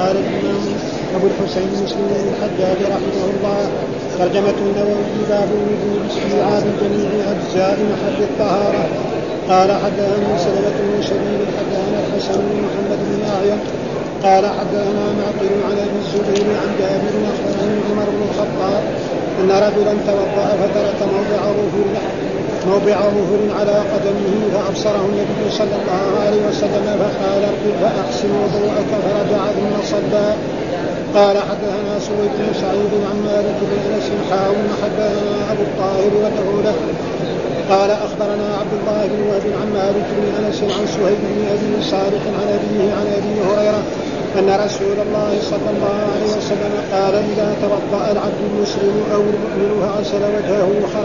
قال الإمام أبو الحسين مسلم بن الحجاج رحمه الله: ترجمة النووي باب وجوب استيعاب جميع أجزاء محل الطهارة. قال حدثنا سلمة بن شبيب حدثنا الحسن بن محمد بن أعين قال حدثنا معقل عن أبي الزبير عن جابر أخبرني عمر بن الخطاب أن رجلا توضأ فترك موضع ظهر على قدمه فأبصره النبي صلى الله عليه وسلم فقال: ارجع فأحسن وضوءك، فرجع ثم صلى. قال حدثنا سويد بن سعيد عن مالك بن أنس حدثنا أبو الطاهر وتهوله قال أخبرنا عبد الله بن وهب عن مالك بن أنس عن سهيل بن أبي صالح عن أبيه عن أبي هريرة أن رسول الله صلى الله عليه وسلم قال: إذا توضأ العبد المسلم أو المؤمن فغسل وجهه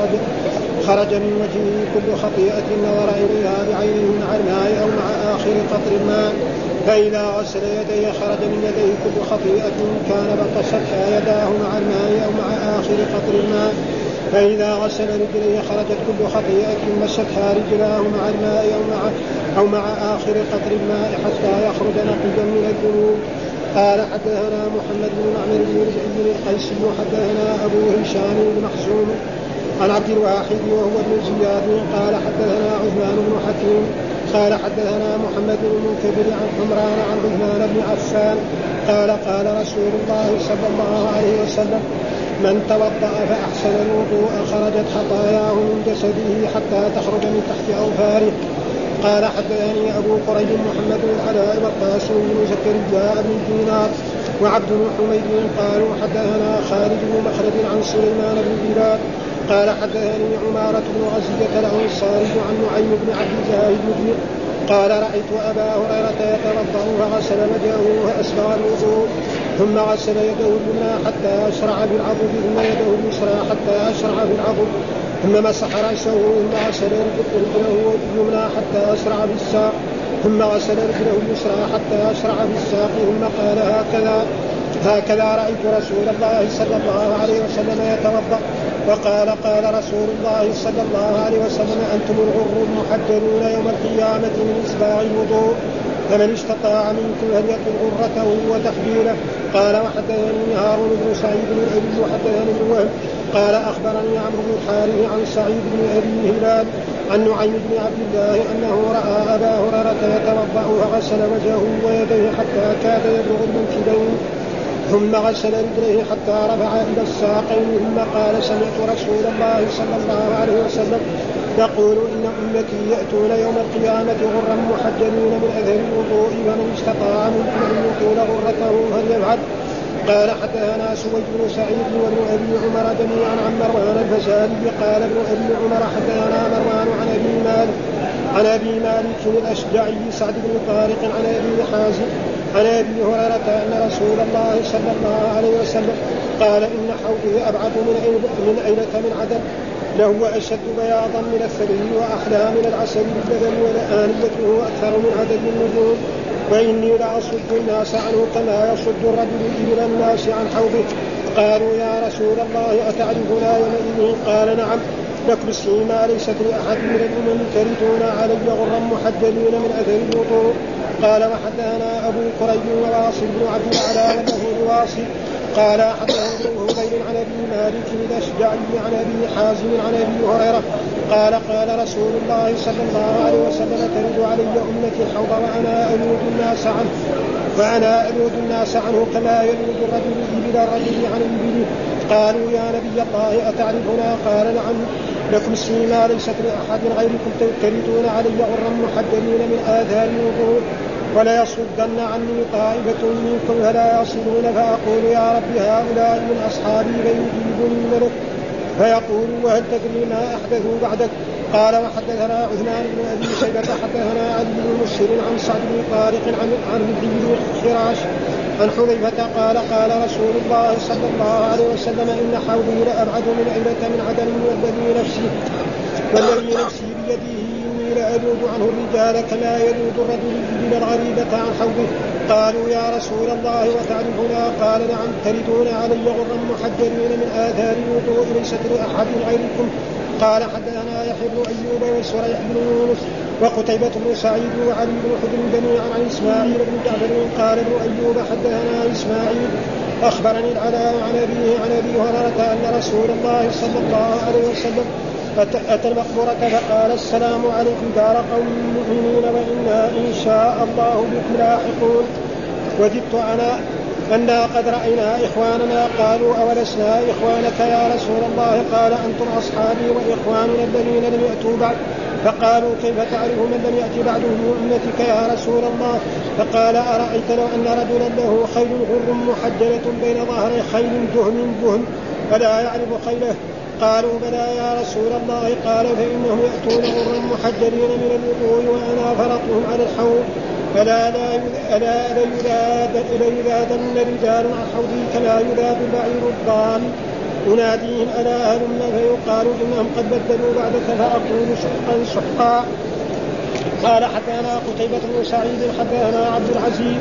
خرج من وجهه كل خطيئة نظر إليها بعينه مع الماء أو مع آخر قطر الماء، فإذا غسل يديه خرج من يديه كل خطيئة كان بقستها يداه مع الماء أو مع آخر قطر الماء، فإذا غسل رجليه خرجت كل خطيئة مستها رجلاه مع الماء أو مع آخر قطر الماء حتى يخرج نقيا من الذنوب. قال حدثنا محمد بن معمر بن ربعي القيسي حدثنا أبو هشام بن محزوم عن عبد الواحد وهو ابن زياد قال حدثنا عثمان بن حكيم قال حدثنا محمد بن المنكدر عن حمران عن عثمان بن عفان قال قال رسول الله صلى الله عليه وسلم: من توضأ فأحسن الوضوء خرجت خطاياه من جسده حتى تخرج من تحت أظفاره. قال حدثني أبو قريب محمد بن العلاء والقاسم بن زكريا بن دينار وعبد بن حميد قالوا حدثنا خالد بن مخلد عن سليمان بن بلال قال حدثني عمارة بن غزية الأنصاري عن نعيم بن عبد الله بن قال: رأيت أبا هريرة يتوضأ فغسل وجهه وأسبغ الوضوء ثم غسل يده اليمنى حتى أشرع بالعضد ثم يده اليسرى حتى أشرع بالعضد ثم مسح رأسه ثم غسل رجله اليمنى حتى أشرع بالساق ثم غسل رجله اليسرى حتى أشرع بالساق ثم قال: هكذا رأيت رسول الله صلى الله عليه وسلم يتوضأ. وقال: قال رسول الله صلى الله عليه وسلم: أنتم الغر المحجلون يوم القيامة من إسباغ الوضوء، فمن استطاع منكم أن يقل غرته وتحجيله. قال: وحدثني هارون بن سعيد بن أبي وحدثني بن وهب قال أخبرني عمرو بن الحارث عن سعيد بن أبي هلال عن نعيم بن عبد الله أنه رأى أبا هريرة يتوضأ فغسل وجهه ويديه حتى كاد يبلغ المنكبين ثم غسل رجليه حتى رفع إلى الساقين ثم قال: سمعت رسول الله صلى الله عليه وسلم يقول: إن أمتي يأتون يوم القيامة غرا محجلين من أثر الوضوء، ومن استطاع منكم أن يطيل غرته فليفعل. قال حدثنا سويد بن سعيد وابن أبي عمر جميعا عن مروان الفزاري قال ابن أبي عمر حدثنا مروان عن أبي مالك الأشجعي سعد بن طارق عن أبي حازم عن أبي هريرة أن رسول الله صلى الله عليه وسلم قال: إن حوضي أبعد من أيلة من عدن، لهو أشد بياضا من الثلج وأحلى من العسل باللبن، ولآنيته أكثر من عدد النجوم، وإني لأصد الناس عنه كما يصد الرجل إلى الناس عن حوضه. قالوا: يا رسول الله أتعرفنا يومئذ؟ قال: نعم، لكم ما ليست لأحد من الأمم تردون علي غرا محجلين من أثر الوضوء. قال: وحدثنا أبو قريب وواصل بن عبد الأعلى وله واصل قال حدثنا هذيل عن أبي مالك الأشجعي عن أبي حازم عن أبي هريرة قال: قال رسول الله صلى الله عليه وسلم: ترد علي أمتي الحوض وأنا ألود الناس عنه كما يلود الرجل إبل الرجل عن الإبل. قالوا: يا نبي الله أتعرفنا؟ قال: نعم، لكم ما ليست لأحد غيركم تردون علي غرا محجلين من آثار الوضوء، ولا يصدن عني طائفة منكم فلا يصلون، فأقول: يا رب هؤلاء من أصحابي فيجيبني الملك فيقول: وهل تدري ما أحدثوا بعدك؟ قال: وحدثنا عثمان بن أبي شيبة حدثنا علي بن مسهر عن سعد بن طارق عن ابن خراش عن حذيفة قال: قال رسول الله صلى الله عليه وسلم: إن حوضي لأبعد من أيلة من عدن والذي نفسي بيده إني لألود عنه الرجال كما يلود الرجل الإبل الغريبة عن حوضه. قالوا: يا رسول الله وتعرفنا؟ قال: نعم، تردون علي غرا محجلين من آثار الوضوء ليست لأحد غيركم. قال: حدثنا يحيى بن أيوب وسريح بن يونس وقتيبة بن سعيد وعلي بن حجر جميعا عن إسماعيل بن جعفر قال ابن أيوب حدثنا إسماعيل أخبرني العلاء عن أبي هريرة أن رسول الله صلى الله عليه وسلم أتى المقبرة فقال السلام عليكم دار قوم مؤمنين وإنا إن شاء الله بكم لاحقون. وجدت أنا قد رأينا إخواننا. قالوا أولسنا إخوانك يا رسول الله؟ قال أنتم أصحابي وإخواننا الذين لم يأتوا بعد. فقالوا كيف تعرف من لم يأتي بعده من أمتك يا رسول الله؟ فقال أرأيت لو أن رجلا له خيل غر محجلة بين ظهري خيل دهم فلا يعرف خيله؟ قالوا بلى يا رسول الله. قال فإنهم يأتون غرا محجلين من الوضوء وأنا فرطهم على الحوض فلا يذادن رجال عن حوضي كما يذاد بعير الضال. أناديهم ألا هلم فيقال إنهم قد بدلوا بعدك فأقول سحقا. قال حدثنا قتيبة بن سعيد حدثنا عبد العزيز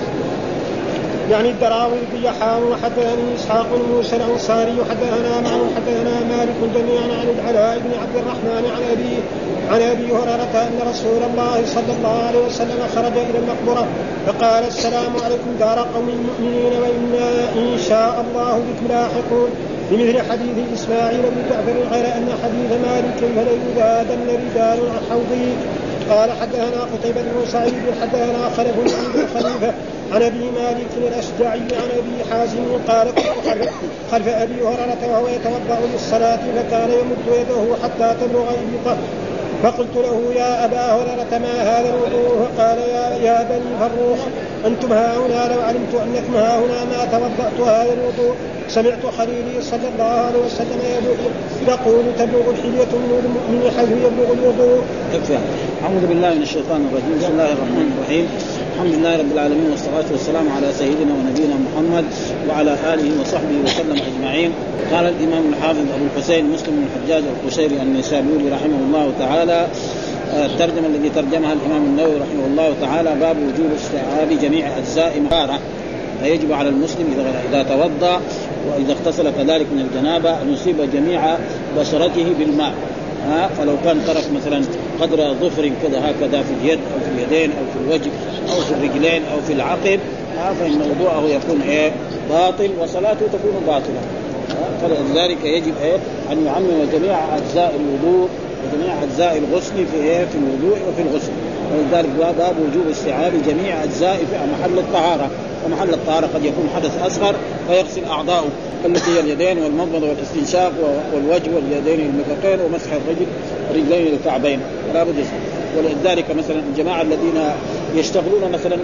يعني الدراوردي وحدثني إسحاق بن موسى الأنصاري حدثنا مالك جميعا عن العلاء بن عبد الرحمن عن أبي هريرة أن رسول الله صلى الله عليه وسلم خرج إلى المقبرة فقال السلام عليكم دار قوم مؤمنين وإنا إن شاء الله بكم لاحقون بمثل حديث إسماعيل بن جعفر غير أن حديث مالك فلا يذادن رجال عن حوضه. قال حدثنا قتيبة بن سعيد حدثنا خلف بن خليفة عن أبي مالك الأشجعي عن أبي حازم قال كنت خلف أبي هريرة وهو يتوضأ للصلاة فكان يمد يده حتى تبلغ إبطه فقلت له يا أبا هريرة ما هذا الوضوء؟ فقال يا بني فروخ أنتم هاهنا لو علمت أنكم هاهنا ما توضأت هذا الوضوء. سمعت خليلي صلى الله عليه وسلم يقول تبلغ الحلية من المؤمن حيث يبلغ الوضوء. أعوذ بالله من الشيطان الرجيم. بسم الله الرحمن الرحيم. الحمد لله رب العالمين والصلاة والسلام على سيدنا ونبينا محمد وعلى آله وصحبه وسلم أجمعين. قال الإمام الحافظ أبو الحسين مسلم بن الحجاج القشيري النيسابوري رحمه الله تعالى الترجمة الذي ترجمها الإمام النووي رحمه الله تعالى باب وجوب استيعاب جميع أجزاء مطهرة فيجب على المسلم إذا توضأ وإذا اغتسل كذلك من الجنابة أن يصيب جميع بشرته بالماء. فلو كان ترك مثلا قدر ظفر كذا هكذا في اليد أو في اليدين أو في الوجه أو في الرجلين أو في العقب فإن وضوءه يكون باطل وصلاته تكون باطلة. فلذلك يجب أن يعمم جميع أجزاء الوضوء وجميع أجزاء الغسل في الوضوء وفي الغسل. ولذلك باب وجوب استيعاب جميع أجزاء في محل الطهارة. ومحل الطهارة قد يكون حدث أصغر فيغسل أعضاؤه التي هي اليدين والمضمضة والاستنشاق والوجه واليدين المرفقين ومسح الرجلين الكعبين ولا بد. ولذلك مثلا الجماعة الذين يشتغلون مثلا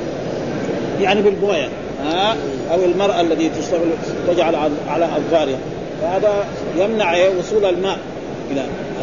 يعني بالبوية أو المرأة التي تشتغل تجعل على أظفارها فهذا يمنع وصول الماء إلى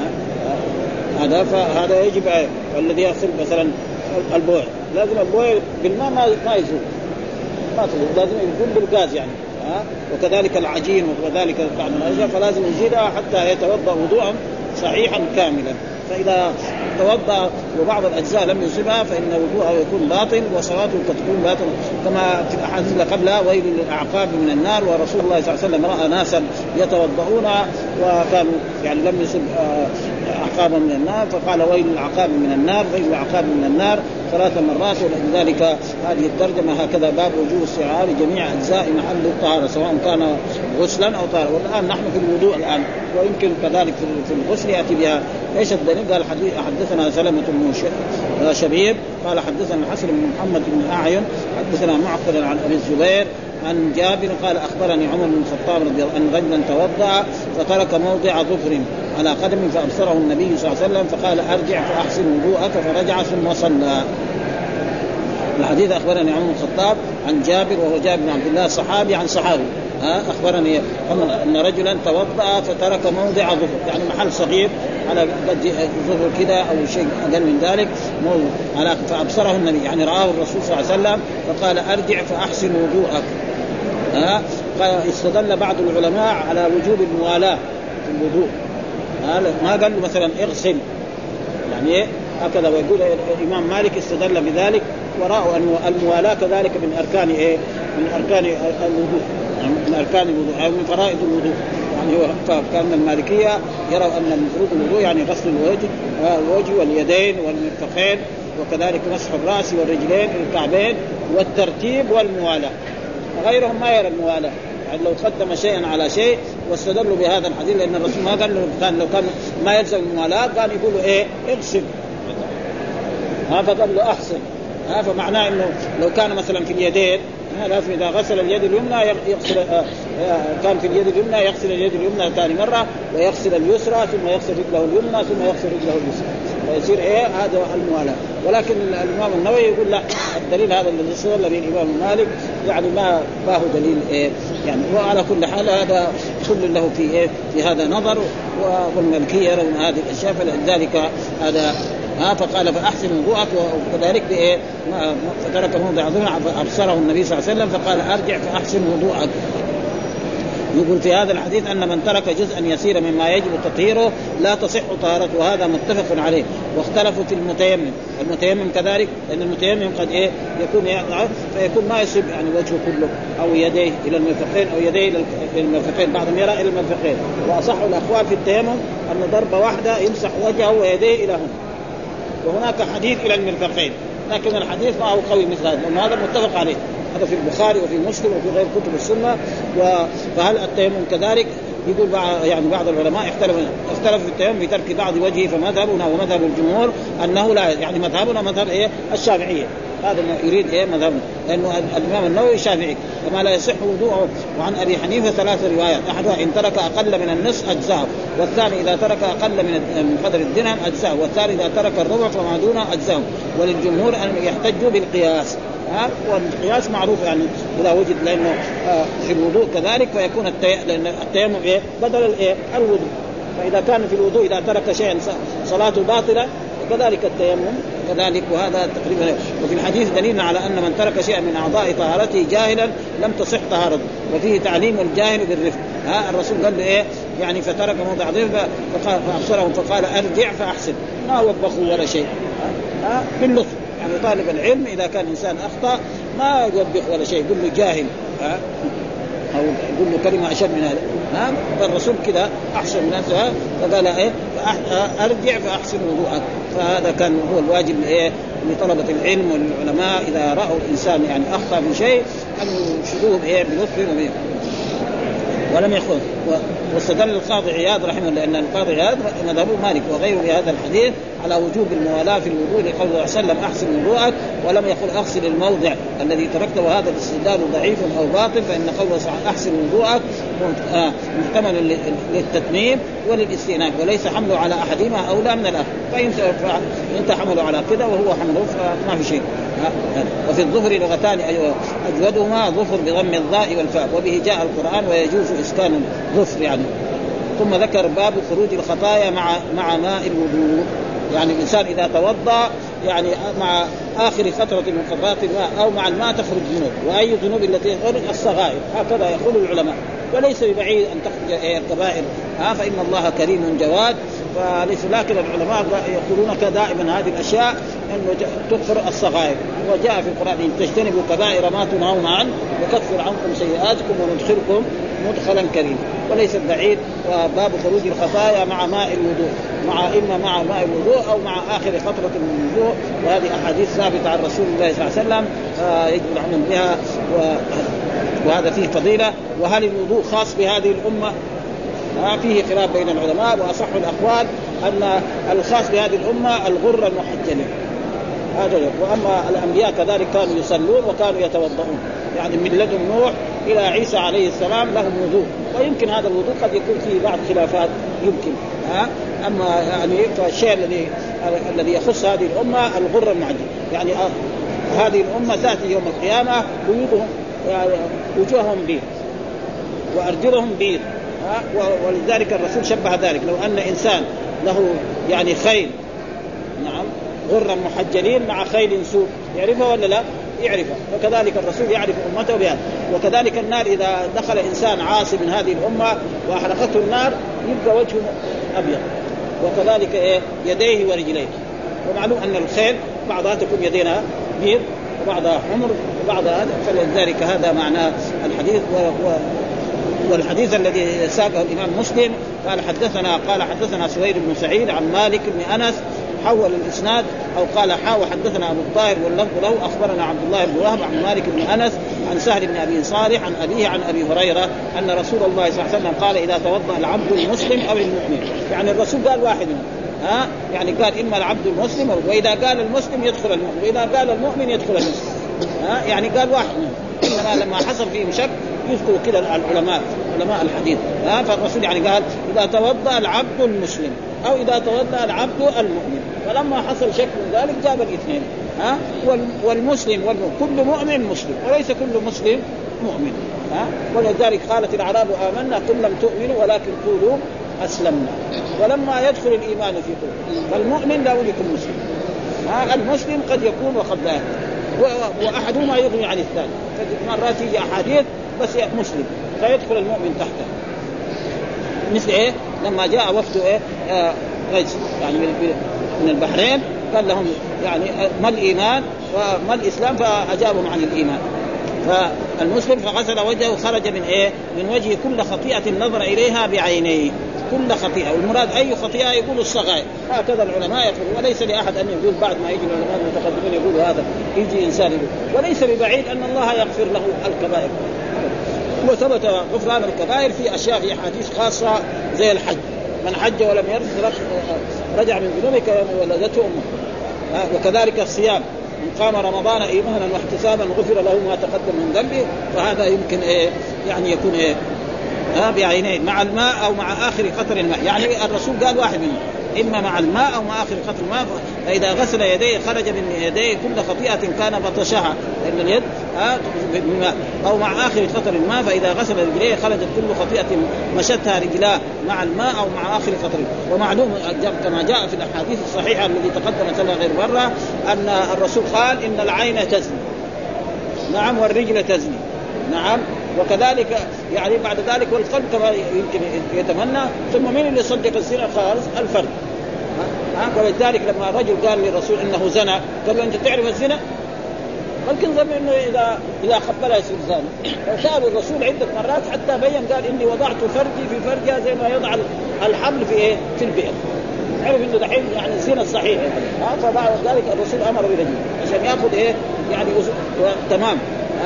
هذا يجب. والذي يغسل مثلا البوية لازم البوية بالماء ما يزول لازم يكون بالغاز يعني وكذلك العجين وكذلك بعض الأشياء فلازم يزيدها حتى يتوضأ وضوءا صحيحا كاملا. فإذا توضأ وبعض الأجزاء لم يصبها فإن وضوءه يكون باطل وصلاته تكون باطل كما في الأحاديث اللي قبلها ويل للأعقاب من النار. ورسول الله صلى الله عليه وسلم رأى ناسا يتوضؤون وكانوا يعني لم يصب أعقابا من النار فقال ويل للأعقاب من النار ويل للأعقاب من النار 3 مرات. ولذلك هذه الترجمة هكذا باب وجوب استيعاب جميع أجزاء محل الطهارة سواء كان غسلا أو طهارة. والآن نحن في الوضوء الآن ويمكن كذلك في الغسل يأتي بها. ايش الدليل؟ قال حدثنا سلمة بن شبيب قال حدثنا الحسن بن محمد بن أعين حدثنا معقل عن أبي الزبير عن جابر قال أخبرني عمر بن الخطاب رضي الله عنه أن رجلا توضأ فترك موضع ظفر على قدم فأبصره النبي صلى الله عليه وسلم فقال أرجع فأحسن وضوءك فرجع ثم صلى. الحديث أخبرني عمر بن الخطاب عن جابر وهو جابر بن عبد الله صحابي عن صحابي أخبرني أن رجلا توضأ فترك موضع ظفر يعني محل صغير على ظفر كده أو شيء أقل من ذلك على فأبصره النبي يعني رآه الرسول صلى الله عليه وسلم فقال أرجع فأحسن وضوءك. استدل بعض العلماء على وجوب الموالاة في الوضوء ما قال له مثلا اغسل يعني هكذا. ويقول الإمام مالك استدل بذلك وراءه أن الموالاة كذلك من أركان من أركان الوضوء من أركان الوضوء أو من فرائض الوضوء يعني فكان المالكية يروا أن المفروض الوضوء يعني غسل الوجه واليدين والمرفقين، وكذلك مسح الرأس والرجلين والكعبين والترتيب والموالاة. غيرهم ما يرى الموالاة، يعني لو قدم شيئا على شيء واستدلوا بهذا الحديث، لأن الرسول ما قال له لو كان ما يلزم الموالاة كان يقولوا إيه اغسل، فقال له أحسن. فمعناه إنه لو كان مثلا في اليدين لازم إذا غسل اليد اليمنى يغسل كان في اليد اليمنى يغسل اليد اليمنى ثاني مرة، ويغسل اليسرى ثم يغسل رجله اليمنى ثم يغسل رجله اليسرى، ويصير إيه هذا الموالاة. ولكن الإمام النووي يقول لا، الدليل هذا الذي استدل به الإمام مالك يعني ما هو دليل إيه يعني. وعلى كل حال هذا كل له في إيه في هذا نظر، والمالكية يرون هذه الأشياء، فلذلك هذا فقال فأحسن وضوءك، وكذلك بإيه فترك موضع عظيم فأبصره النبي صلى الله عليه وسلم فقال أرجع فأحسن وضوءك. يقول في هذا الحديث أن من ترك جزءا يسيرا مما يجب تطهيره لا تصح طهارته، وهذا متفق عليه. واختلفوا في المتيمم كذلك، لأن المتيمم قد إيه يكون فيكون ما يصب يعني وجهه كله أو يديه إلى المرفقين أو يديه إلى المرفقين، بعضهم يرى إلى المرفقين. وأصح الأقوال في التيمم أن ضربة واحدة يمسح وجهه ويديه إلى هنا، وهناك حديث إلى المرفقين، لكن الحديث ما هو قوي مثل هذا، لأن هذا متفق عليه، هذا في البخاري وفي مسلم وفي غير كتب السنة. فهل التيمم كذلك؟ يقول يعني بعض العلماء اختلفوا في التيمم بترك بعض وجهه، فمذهبنا ومذهب الجمهور أنه لا، يعني مذهبنا مذهب إيه الشافعية، هذا ما يريد إيه مذهبنا، لأنه الإمام النووي شافعي كما لا يصح وضوءه. وعن أبي حنيفة 3 روايات، أحدها إن ترك أقل من النصف أجزاءه، والثاني إذا ترك أقل من قدر الدرهم أجزاءه، والثالث إذا ترك الربع فما دونه أجزاءه. وللجمهور أن يحتجوا بالقياس، والقياس معروف يعني إذا وجد، لأنه في الوضوء كذلك فيكون لأن التيمم إيه بدل الإيه الوضوء، فإذا كان في الوضوء إذا ترك شيئا صلاته باطلة وكذلك التيمم كذلك. وهذا تقريبا. وفي الحديث دليل على أن من ترك شيئا من أعضاء طهارته جاهلا لم تصح طهارته، وفيه تعليم الجاهل بالرفق. الرسول قال له إيه يعني فترك موضع عظيم فأبصره فقال أرجع فأحسن، ما وبخوا ولا شيء، باللطف. يعني طالب العلم إذا كان إنسان أخطأ ما يوبخ ولا شيء، يقول له جاهل أو يقول له كلمة أشد من هذا. فالرسول كذا أحسن من هذا، فقال إيه أرجع فأحسن وضوءك. فهذا كان هو الواجب إيه لطلبة العلم والعلماء إذا رأوا الإنسان يعني أخطأ من شيء أن يشدوه إيه بلطف ولم يخون. واستدل القاضي عياض رحمه الله لأن القاضي عياض مذهب مالك وغيره بهذا الحديث على وجوب الموالاة في الوضوء، لقوله صلى الله عليه وسلم أحسن وضوءك، ولم يقل أغسل الموضع الذي تركته، وهذا الاستدلال ضعيف أو باطل، فإن قوله أحسن وضوءك محتمل للتتميم وللاستئناف، وليس حمله على أحدهما أولى من الآخر، فإنت حمله على كذا وهو حمله فما في شيء. وفي الظهر لغتان أجودهما ظفر بضم الضاء والفاء، وبه جاء القرآن ويجوز إسكان الظفر يعني. ثم ذكر باب خروج الخطايا مع ماء الوضوء، يعني الإنسان إذا توضأ يعني مع آخر فترة من فترات الماء أو مع الماء تخرج ذنوب، وأي ذنوب التي تخرج الصغائر، هكذا يقول العلماء، وليس ببعيد أن تخرج الكبائر، فإن الله كريم جواد. فليس، لكن العلماء يقولون دائما هذه الأشياء أنه تغفر الصغائر، وجاء في القرآن إن تجتنبوا كبائر ما تنهون عنه نكفر عنكم سيئاتكم وندخلكم مدخلا كريما، وليس بعيد. وباب خروج الخطايا مع ماء الوضوء، إما مع ماء الوضوء أو مع آخر فترة من الوضوء، وهذه أحاديث ثابتة عن رسول الله صلى الله عليه وسلم يجب العمل بها، وهذا فيه فضيلة. وهل الوضوء خاص بهذه الأمة؟ فيه خلاف بين العلماء، وأصح الأقوال أن الخاص بهذه الأمة الغر المحجلين هذا. وأما الأنبياء كذلك كانوا يصلون وكانوا يتوضؤون، يعني من لدن نوح إلى عيسى عليه السلام لهم وضوء، ويمكن هذا الوضوء قد يكون فيه بعض خلافات يمكن. أما يعني فالشيء الذي يخص هذه الأمة الغر المحجل، يعني هذه الأمة تأتي يوم القيامة وجوههم بيض وأرجلهم بيض، ولذلك الرسول شبه ذلك، لو أن إنسان له يعني خيل نعم غرا محجلين مع خيل سود يعرفها ولا لا؟ يعرفها. وكذلك الرسول يعرف أمته بهذا. وكذلك النار إذا دخل إنسان عاصي من هذه الأمة وأحرقته النار يبقى وجهه أبيض، وكذلك يديه ورجليه. ومعلوم أن الخيل بعضها تكون يدينا بيض وبعضها حمر وبعضها هذا، فلذلك هذا معنى الحديث. والحديث الذي ساقه الإمام مسلم قال حدثنا سويد بن سعيد عن مالك بن أنس حول الإسناد أو قال حدثنا أبو الطاهر واللفظ له أخبرنا عبد الله بن وهب عن مالك بن أنس عن سهل بن أبي صالح عن أبيه عن أبي هريرة أن رسول الله صلى الله عليه وسلم قال إذا توضأ العبد المسلم أو المؤمن، يعني الرسول قال واحد منهم يعني قال إما العبد المسلم، وإذا قال المسلم يدخل المؤمن، وإذا قال المؤمن يدخل المسلم، يعني قال واحد منهم. إنما لما حصل فيه شك يذكروا كده علماء الحديث فالرسول يعني قال إذا توضأ العبد المسلم أو إذا توضأ العبد المؤمن، فلما حصل شك من ذلك جاب الاثنين والمسلم والمؤمن، كل مؤمن مسلم وليس كل مسلم مؤمن ولذلك قالت الأعراب آمنا قل لم تؤمنوا ولكن قولوا أسلمنا، ولما يدخل الإيمان في قلوبكم فالمؤمن لا يكون مسلم، المسلم قد يكون وقد لا يكون، وأحدهما يغني عن الثاني، مرات يجي أحاديث بس مسلم فيدخل المؤمن تحته، مثل إيه لما جاء وفد غيث يعني من البحرين قال لهم يعني ما الإيمان وما الإسلام، فأجابهم عن الإيمان. فالمسلم فغسل وجهه خرج من وجهه كل خطيئة نظر إليها بعينيه، كل خطيئة، والمراد أي خطيئة يقول الصغائر، هكذا العلماء يقولون، وليس لأحد أن يقول بعد ما يجي العلماء المتقدمين يقولوا هذا، يجي إنسان يقول، وليس ببعيد أن الله يغفر له الكبائر، وثبت غفران الكبائر في أشياء في حديث خاصة زي الحج، من حج ولم يرفث رجع من ذنوبه كيوم ولدته أمه، وكذلك الصيام من قام رمضان إيمانا واحتسابا غفر له ما تقدم من ذنبه، فهذا يمكن يعني يكون بعينين مع الماء أو مع آخر قطر الماء، يعني الرسول قال واحد منهم إما مع الماء أو مع آخر قطر الماء، فإذا غسل يديه خرج من يديه كل خطيئة كان بطشها، لأن اليد بالماء، أو مع آخر قطر الماء، فإذا غسل رجليه خرجت كل خطيئة مشتها رجلاه مع الماء أو مع آخر قطر. ومعلوم كما جاء في الأحاديث الصحيحة التي تقدمت لنا غير مرة أن الرسول قال إن العين تزني، نعم، والرجل تزني، نعم، وكذلك يعني بعد ذلك والقلب كما يمكن يتمنى، ثم من اللي يصدق الزنا خالص؟ الفرد. ولذلك لما الرجل قال للرسول انه زنى قال له انت تعرف الزنا؟ ممكن ظن انه اذا قبلها يصير زاني. وسأل الرسول عده مرات حتى بين قال اني وضعت فرجي في فرجها زي ما يضع الحبل في البئر، عرف انه دحين يعني الزنا الصحيح فبعد ذلك الرسول امر برجل عشان ياخذ يعني تمام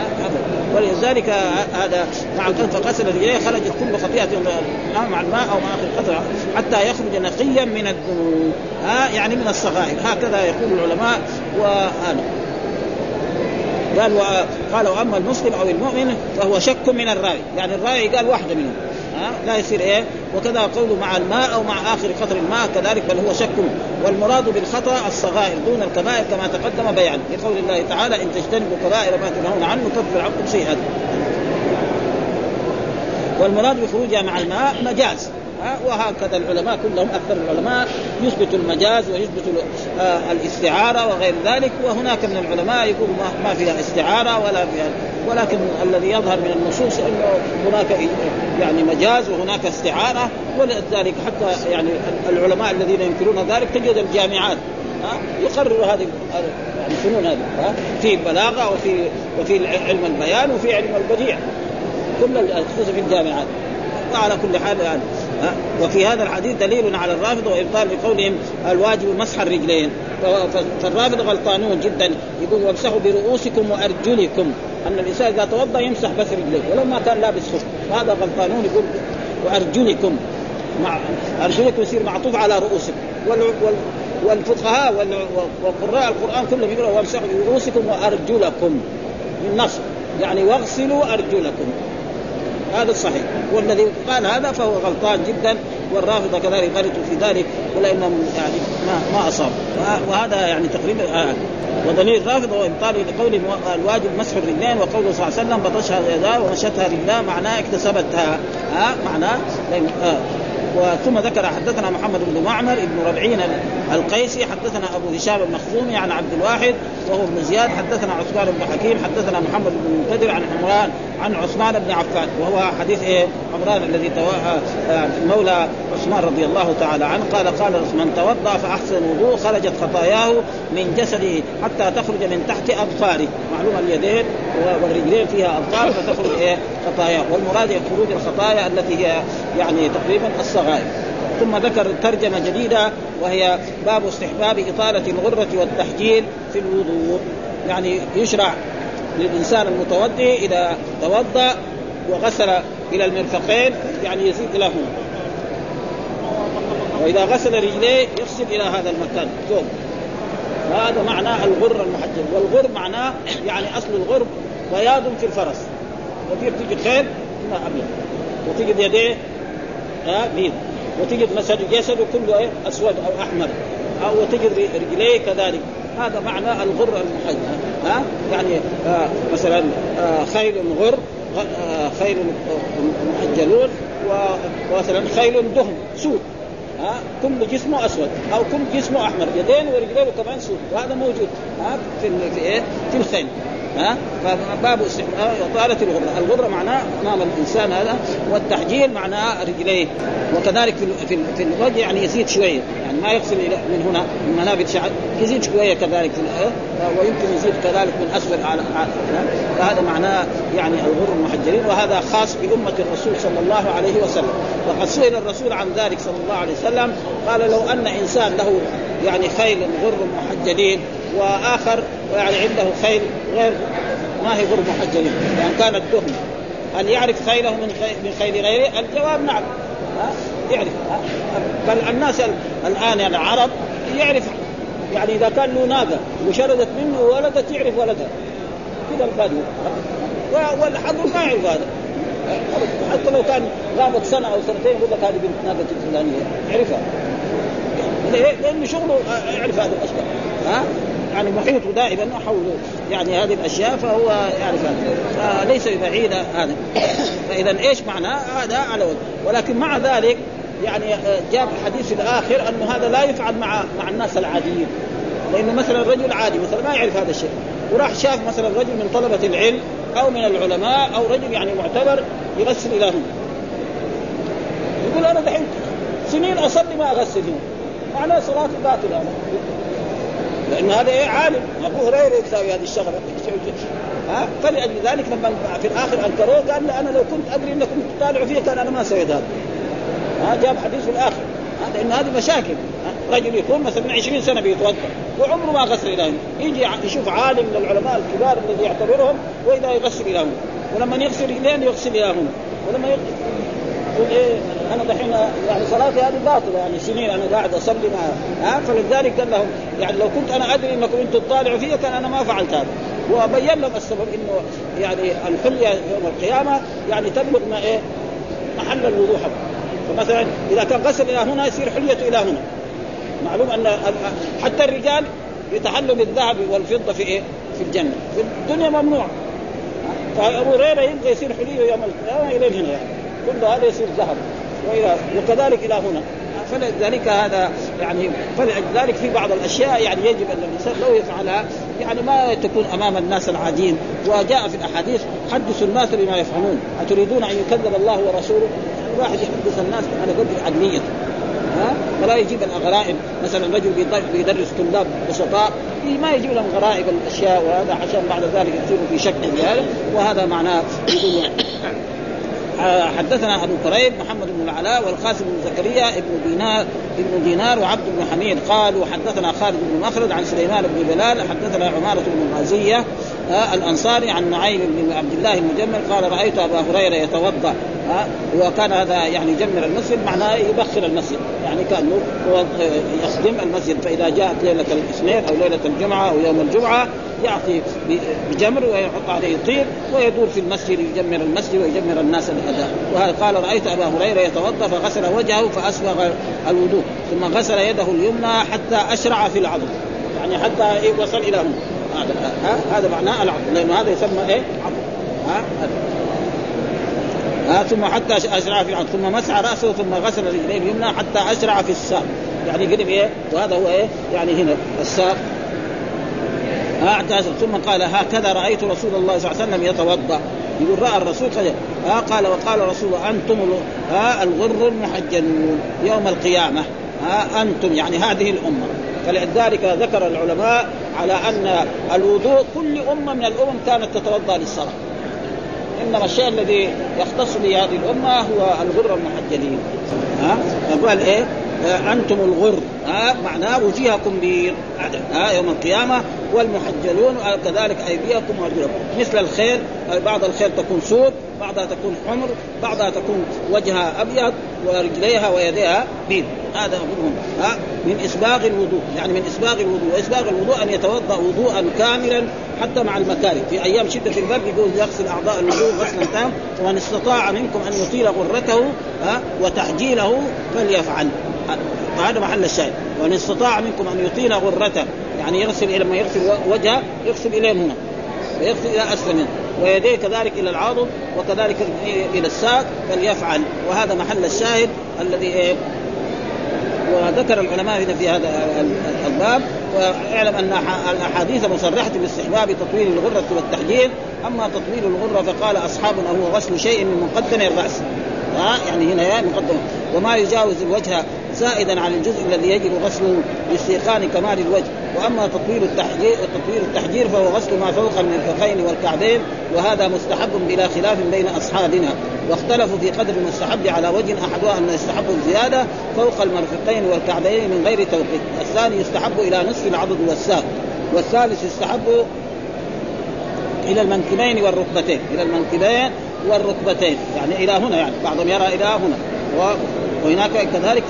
ولذلك هذا مع القلب فغسل رجليه خرجت كل خطيئة مع الماء أو مع آخر قطرة حتى يخرج نقيا من الذنوب يعني من الصغائر، هكذا يقول العلماء. قال وأما المسلم أو المؤمن فهو شك من الراوي، يعني الراوي قال واحدة منهم لا يصير وكذا قوله مع الماء أو مع آخر قطر الماء كذلك، بل هو شك. والمراد بالخطأ الصغائر دون الكبائر كما تقدم بيان لقول الله تعالى إن تجتنبوا كبائر ما تنهون عنه نكفر عنكم سيئاتكم. والمراد بخروجها مع الماء مجاز، وهكذا العلماء كلهم أكثر العلماء يثبت المجاز ويثبت الاستعارة وغير ذلك، وهناك من العلماء يقول ما فيها استعارة ولا فيها، ولكن الذي يظهر من النصوص انه هناك يعني مجاز وهناك استعارة. ولذلك حتى يعني العلماء الذين ينكرون ذلك تجد الجامعات يقرروا هذه يعني الفنون هذه في البلاغة وفي علم البيان وفي علم البديع كل خصوصا في الجامعات. وعلى كل حال يعني وفي هذا الحديث دليل على الرافضة وإبطال بقولهم الواجب مسح الرجلين، فالرافضة غلطانون جدا، يقول وامسحوا برؤوسكم وأرجلكم، أن الإنسان إذا توضأ يمسح بس رجليه ولو ما كان لابس خف، هذا غلطانون. يقول وأرجلكم، مع أرجلكم يصير معطوف على رؤوسكم، والفقهاء وقراء القرآن كلهم يقولوا وامسحوا برؤوسكم وأرجلكم بالنصب، يعني واغسلوا أرجلكم، هذا الصحيح. والذي قال هذا فهو غلطان جدا، والرافضة كذلك غلطوا في ذلك ولأنهم يعني ما أصاب. وهذا يعني تقريبا ودليل الرافضة وإبطال لقول الواجب مسح الرجلين، وقوله صلى الله عليه وسلم بطشها يداه ومشتها رجلاه، معناه اكتسبتها، معناه ثم ذكر حدثنا محمد بن معمر بن ربعين القيسي حدثنا أبو هشام المخزومي عن عبد الواحد وهو ابن زياد حدثنا عثمان بن حكيم حدثنا محمد بن منكدر عن عمران عن عثمان بن عفان وهو حديث عمران الذي مولى عثمان رضي الله تعالى عنه قال من توضأ فأحسن الوضوء خرجت خطاياه من جسده حتى تخرج من تحت أظفاره. معلوم اليدين والرجلين فيها أظفار فتخرج خطاياه، والمراد خروج الخطايا التي هي يعني تقريبا الصغائر. ثم ذكر ترجمة جديدة وهي باب استحباب إطالة الغرة والتحجيل في الوضوء. يعني يشرع للإنسان المتوضئ إذا توضأ وغسل إلى المرفقين يعني يزيد إلى هنا، وإذا غسل رجليه يغسل إلى هذا المكان فوق. هذا معنى الغر المحجل. والغر معناه يعني أصل الغر بياض في الفرس، وفيه تجد خيل ما أبيض، وتجد يديه بيض، وتجد مثلا جسده كله أسود أو أحمر، أو تجد رجليه كذلك. هذا معنى الغر المحجل. يعني مثلا خيل غر، خيل محجلون، ومثلا خيل دهم سود، كل جسمه أسود أو كل جسمه أحمر، يدين ورجلين كمان سود، وهذا موجود في الخيل. فباب إطالة الغرة. الغرة معناه أمام الإنسان هذا، والتحجيل معناه رجليه. وكذلك في الوجه يعني يزيد شوية، يعني ما يغسل من هنا من منابت شعر، يزيد شوية كذلك ويمكن يزيد كذلك من أسفل على فهذا معناه يعني الغر المحجلين. وهذا خاص بأمة الرسول صلى الله عليه وسلم. وقد سئل الرسول عن ذلك صلى الله عليه وسلم قال لو أن إنسان له يعني خيل غر محجلين وآخر يعني عنده خيل غير ما هي غر محجلين يعني كانت دهم، هل يعرف خيله من خيل غيره؟ الجواب نعم، يعرف. بل الناس الآن يعني العرب يعرف، يعني إذا كان له ناقة وشردت منه ولدت يعرف ولدها كذا البدو، والحضر ما يعرف هذا. حتى لو كان غابت سنة أو سنتين يقول لك هذه بنت ناقة الفلانية يعرفها، لأنه شغله يعرف هذه الأشياء. يعني محيطه دائما حول يعني هذه الأشياء، فهو يعرف هذا، فليس ببعيد هذا. فإذا إيش معناه هذا على وجه. ولكن مع ذلك يعني جاء الحديث الآخر أنه هذا لا يفعل مع الناس العاديين، لأنه مثلا رجل عادي مثلا ما يعرف هذا الشيء، وراح شاف مثلا رجل من طلبة العلم أو من العلماء أو رجل يعني معتبر يغسل إلى هنا، يقول أنا دحين سنين أصلي ما أغسل هنا، معناه صلاة باطلة أنا، لأن هذا عالم. أبو هريرة يساوي هذه الشغلة. فلأجل ذلك لما في الآخر أنكروه قال لا أنا لو كنت أدري أنكم تطالعوا فيه كان أنا ما سويت هذا. جاب حديث في الآخر، لأن هذه مشاكل. رجل يكون مثلا 20 سنة بيتوضأ وعمره ما غسل إلى هنا، يجي يشوف عالم من العلماء الكبار الذي يعتبرهم وإذا يغسل إلى هنا، ولما يغسل رجلين يغسل إلى هنا، ولما يقول أنا دحين يعني صلاتي هذه باطلة، يعني سنين أنا قاعد أصلي معها. فلذلك قال لهم يعني لو كنت أنا أدري أنكم أنتم تطالعوا فيها كان أنا ما فعلت هذا. وبين لهم السبب إنه يعني الحلية يوم القيامة يعني تبلغ ما محل الوضوء حقه. فمثلا إذا كان غسل إلى هنا يصير حليته إلى هنا. معلوم أن حتى الرجال يتحلوا بالذهب والفضة في الجنة، في الدنيا ممنوع. فأبو هريرة يبغى يصير حليه يوم القيامة إلى هنا، يعني كل هذا يصير ذهب وكذلك إلى هنا. فلذلك هذا يعني فلذلك في بعض الأشياء يعني يجب أن الإنسان لو يفعلها يعني ما تكون أمام الناس العاديين. وجاء في الأحاديث حدثوا الناس بما يفهمون، أتريدون أن يكذب الله ورسوله؟ واحد يحدث الناس أنا قلت عدلية ولا يجيب الغرائب. مثلا رجل بيدرس طلاب بسطاء ما يجيب لهم غرائب الأشياء، وهذا عشان بعد ذلك يصيروا في شك بهذا، وهذا معناه يقول حدثنا أبو كريب محمد بن العلاء والقاسم بن زكريا ابن دينار وعبد بن حميد قالوا حدثنا خالد بن مخلد عن سليمان بن بلال حدثنا عمارة بن غازية الأنصاري عن نعيم بن عبد الله المجمل قال رأيت أبا هريرة يتوضأ، وكان هذا يعني يجمر المسجد معناه يبخر المسجد، يعني كأنه يخدم المسجد. فإذا جاءت ليلة الاثنين أو ليلة الجمعة أو يوم الجمعة يعطي بجمر ويحط عليه طير ويدور في المسجد يجمر المسجد ويجمر الناس الأداء. وهذا قال رأيت أبا هريرة يتوضأ فغسل وجهه فأسبغ الوضوء ثم غسل يده اليمنى حتى أشرع في العضد، يعني حتى وصل إلى هنا. هذا معناه العضد، لأنه هذا يسمى عضد. ثم حتى أشرع في العظم ثم مسح رأسه ثم غسل رجليه اليمنى حتى أشرع في الساق يعني قدم وهذا هو يعني هنا الساق ثم قال هكذا رأيت رسول الله صلى الله عليه وسلم يتوضأ. يقول رأى الرسول قال وقال رسول أنتم الغر المحجلون يوم القيامة أنتم يعني هذه الأمة. فلذلك ذكر العلماء على أن الوضوء كل أمة من الأمم كانت تتوضأ للصلاة، إنما الشيء الذي يختص بهذه الأمة هو الغر المحجلين. قال أنتم الغر معناه وجيهكم بيض يوم القيامة، والمحجلون كذلك أيديكم وأرجلكم مثل الخيل، بعض الخيل تكون سود، بعضها تكون حمر، بعضها تكون وجهها أبيض ورجليها ويديها بيض. هذا من إسباغ الوضوء، يعني من إسباغ الوضوء. وإسباغ الوضوء أن يتوضأ وضوءا كاملا حتى مع المكاره. في أيام شدة البرد يقول يغسل أعضاء الوضوء غسلا تام، ومن استطاع منكم أن يطيل غرته وتحجيله فليفعل. هذا محل الشاهد. ومن استطاع منكم أن يطيل غرته يعني يغسل لما يغسل وجهه يغسل إليه هنا ويغسل إلى أسفل منه، ويديه كذلك إلى العضد وكذلك إلى الساق فليفعل. وهذا محل الشاهد الذي وذكر العلماء في هذا الباب. واعلم أن الأحاديث مصرحة باستحباب تطويل الغرة والتحجيل. أما تطويل الغرة فقال أصحابنا هو غسل شيء من مقدم الرأس يعني هنا مقدمة، وما يجاوز الوجه زائدا عن الجزء الذي يجب غسله لاستيقان كمال الوجه. وأما تطويل التحجير فهو غسل ما فوق المرفقين والكعبين، وهذا مستحب بلا خلاف بين أصحابنا، واختلفوا في قدر المستحب على وجه أحدها أن يستحب الزيادة فوق المرفقين والكعبين من غير توقيت، الثاني يستحب إلى نصف العضد والساق، والثالث يستحب إلى المنكبين والركبتين، إلى المنكبين والركبتين يعني إلى هنا، يعني بعضهم يرى إلى هنا وهناك كذلك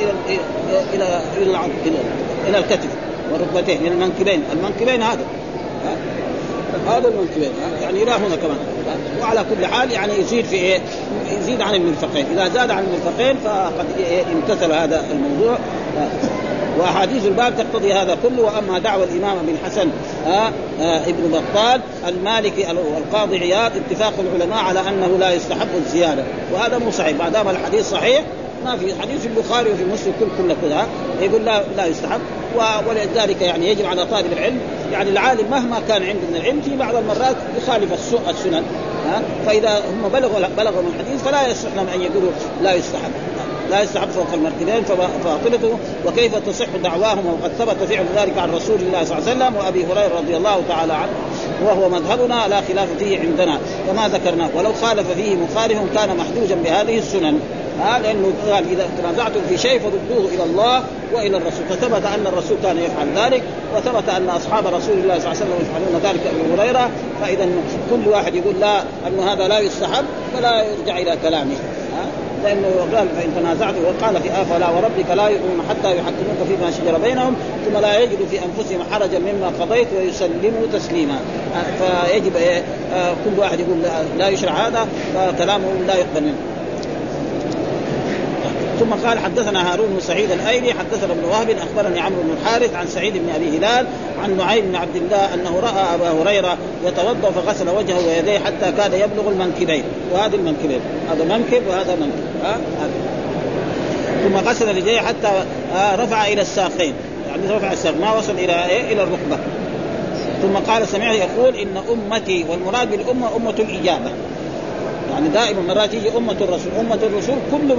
إلى الكتف والركبتين، إلى المنكبين هذا المنكبين يعني إلى هنا كمان. وعلى كل حال يعني يزيد في يزيد عن المرفقين، إذا زاد عن المرفقين فقد امتثل هذا الموضوع. وأحاديث الباب تقتضي هذا كله. وأما دعوى الإمام بن حسن ابن بطال المالكي والقاضي عياض اتفاق العلماء على أنه لا يستحب الزيادة، وهذا مو صحيح ما دام الحديث صحيح. ما في حديث في البخاري وفي مسلم كلها يقول لا يستحب. ولذلك يعني يجب على طالب العلم يعني العالم مهما كان عنده من العلم في بعض المرات يخالف السنن فإذا هم بلغوا من الحديث فلا يصح لهم أن يقولوا لا يستحب فوق المركبين فاطلته. وكيف تصح دعواهم وقد ثبت فعل ذلك عن رسول الله صلى الله عليه وسلم وأبي هريرة رضي الله تعالى عنه، وهو مذهبنا لا خلاف فيه عندنا كما ذكرنا. ولو خالف فيه مخالف كان محجوجا بهذه السنن لأنه قال إذا تنازعتم في شيء فردوه إلى الله وإلى الرسول، فثبت أن الرسول كان يفعل ذلك، وثبت أن أصحاب رسول الله صلى الله عليه وسلم يفعلون ذلك أبي هريرة. فإذا كل واحد يقول لا أنه هذا لا يستحب فلا يرجع إلى كلامه لأنه قال فإن تنازعتم وقال في فلا وربك لا يؤمنون حتى يحكموك فيما شجر بينهم ثم لا يجدوا في أنفسهم حرجا مما قضيت ويسلموا تسليما. فيجب كل واحد يقول لا يشرع هذا فكلامه لا يقبل منه. ثم قال حدثنا هارون بن سعيد الأيلي حدثنا ابن وهب أخبرني عمرو بن الحارث عن سعيد بن أبي هلال عن نعيم بن عبد الله أنه رأى أبا هريرة يتوضأ فغسل وجهه ويديه حتى كاد يبلغ المنكبين، وهذه المنكبين هذا منكب وهذا منكب ثم غسل رجليه حتى رفع إلى الساقين، يعني رفع الساق ما وصل إلى الركبة. ثم قال سمعت يقول إن أمتي، والمراد بالأمة أمة الإجابة، يعني دائما مرات يجي أمة الرسول كل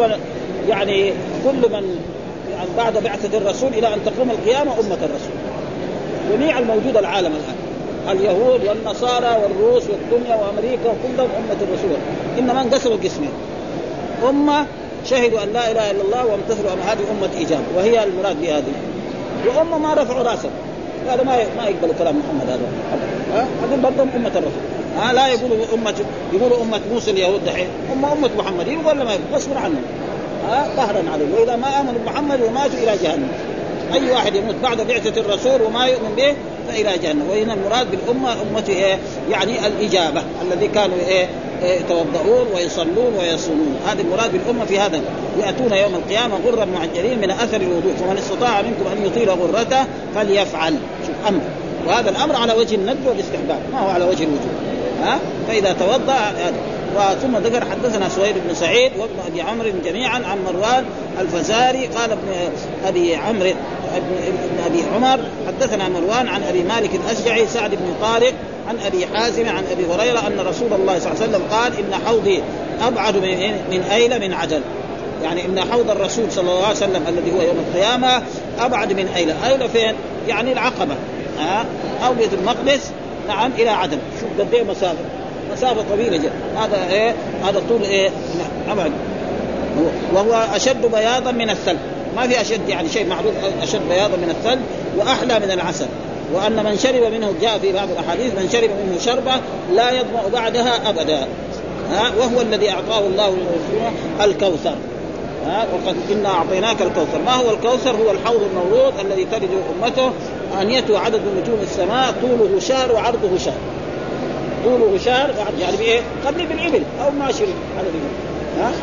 من يعني بعد بعثة الرسول إلى أن تقوم القيامة أمة الرسول. جميع الموجود العالم الآن اليهود والنصارى والروس والدنيا وأمريكا وكلهم أمة الرسول، إنما انقسموا قسمين: أمة شهدوا أن لا إله إلا الله وامتثلوا هذه أمة إجابة وهي المراد بهذه، وأمة ما رفعوا راسهم هذا ما يقبل كلام محمد هذا هذول برضهم أمة الرسول. لا يقولوا أمة موسى اليهود دحين أمة محمد ولا ما يصبر عنهم قهرا عليهم، وإذا ما آمنوا بمحمد وماتوا إلى جهنم. أي واحد يموت بعد بعثة الرسول وما يؤمن به فإلى جهنم. وهنا المراد بالأمة أمة يعني الإجابة الذي كانوا يتوضؤون ويصلون ويصومون، هذا المراد بالأمة في هذا. يأتون يوم القيامة غرا معجلين من أثر الوضوء، فمن استطاع منكم أن يطيل غرته فليفعل. شوف أمر، وهذا الأمر على وجه الندب والاستحباب ما هو على وجه الوجوب. فإذا توضأ ثم ذكر حدثنا سهيل بن سعيد وابن ابي عمرو جميعا عن مروان الفزاري قال ابن ابي عمرو ابن ابي عمر حدثنا مروان عن ابي مالك الاشجعي سعد بن طارق عن ابي حازم عن ابي هريره ان رسول الله صلى الله عليه وسلم قال ان حوضي ابعد من ايل من عجل، يعني ان حوض الرسول صلى الله عليه وسلم الذي هو يوم القيامه ابعد من ايل. ايل فين؟ يعني العقبه او بيت المقدس نعم الى عدن. شوف قد ايه مسافه طويله جدا. هذا ايه؟ هذا طول ايه؟ ابعد. وهو اشد بياضا من الثلج، ما في اشد يعني شيء معروف اشد بياضا من الثلج واحلى من العسل. وان من شرب منه جاء في بعض الاحاديث من شرب منه شربه لا يظمأ بعدها ابدا. وهو الذي اعطاه الله الكوثر. وقد إنا أعطيناك الكوثر. ما هو الكوثر؟ هو الحوض المورود الذي ترد أمته أنيته عدد نجوم السماء طوله شهر وعرضه شهر. طوله شهر يعني بإيه؟ قبل بالإبل أو ما شرب على الإبل.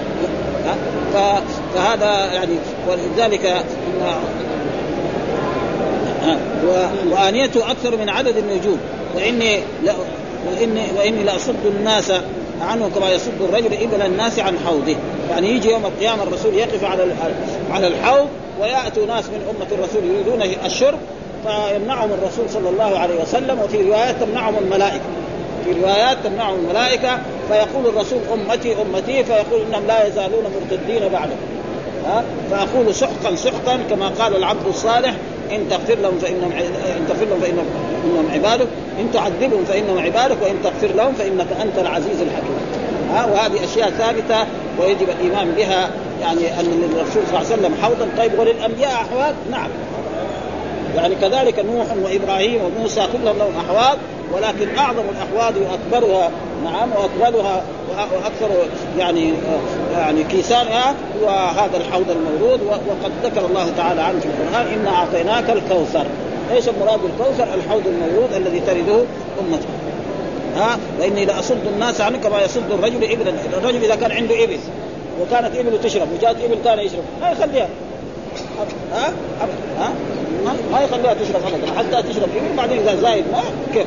فهذا يعني ولذلك وآنيته أكثر من عدد النجوم وإني لأصد الناس عنه كما يصد الرجل إبل الناس عن حوضه. يعني يجي يوم القيامة الرسول يقف على الحوض ويأتوا ناس من أمة الرسول يريدون الشرب فيمنعهم الرسول صلى الله عليه وسلم. وفي روايات تمنعهم الملائكة فيقول الرسول أمتي أمتي فيقول إنهم لا يزالون مرتدين بعده. فأقول سحقا كما قال العبد الصالح إن تغفر لهم فإنهم عبادك، إن تعذبهم فإنهم عبادك، وإن تغفر لهم فإنك أنت العزيز الحكيم. وهذه أشياء ثابتة ويجب الإيمان بها. يعني أن الرسول صلى الله عليه وسلم حوضا. طيب وللأنبياء أحواض؟ نعم، يعني كذلك نوح وإبراهيم وموسى كلهم لهم أحواض، ولكن أعظم الأحواض وأكبرها نعم وأكبرها وأكثر يعني كيسانها هو هذا الحوض المورود. وقد ذكر الله تعالى عنه في القرآن إنا أعطيناك الكوثر. ايش المراد بالكوثر؟ الحوض المورود الذي ترده امته. واني لاصد الناس عنه كما يصد الرجل ابلا. الرجل اذا كان عنده ابل وكانت ابل تشرب وجاءت ابل ثانيه يشرب ما يخليها ما يخليها تشرب ابدا حتى تشرب ابل بعدين اذا زايد ما كيف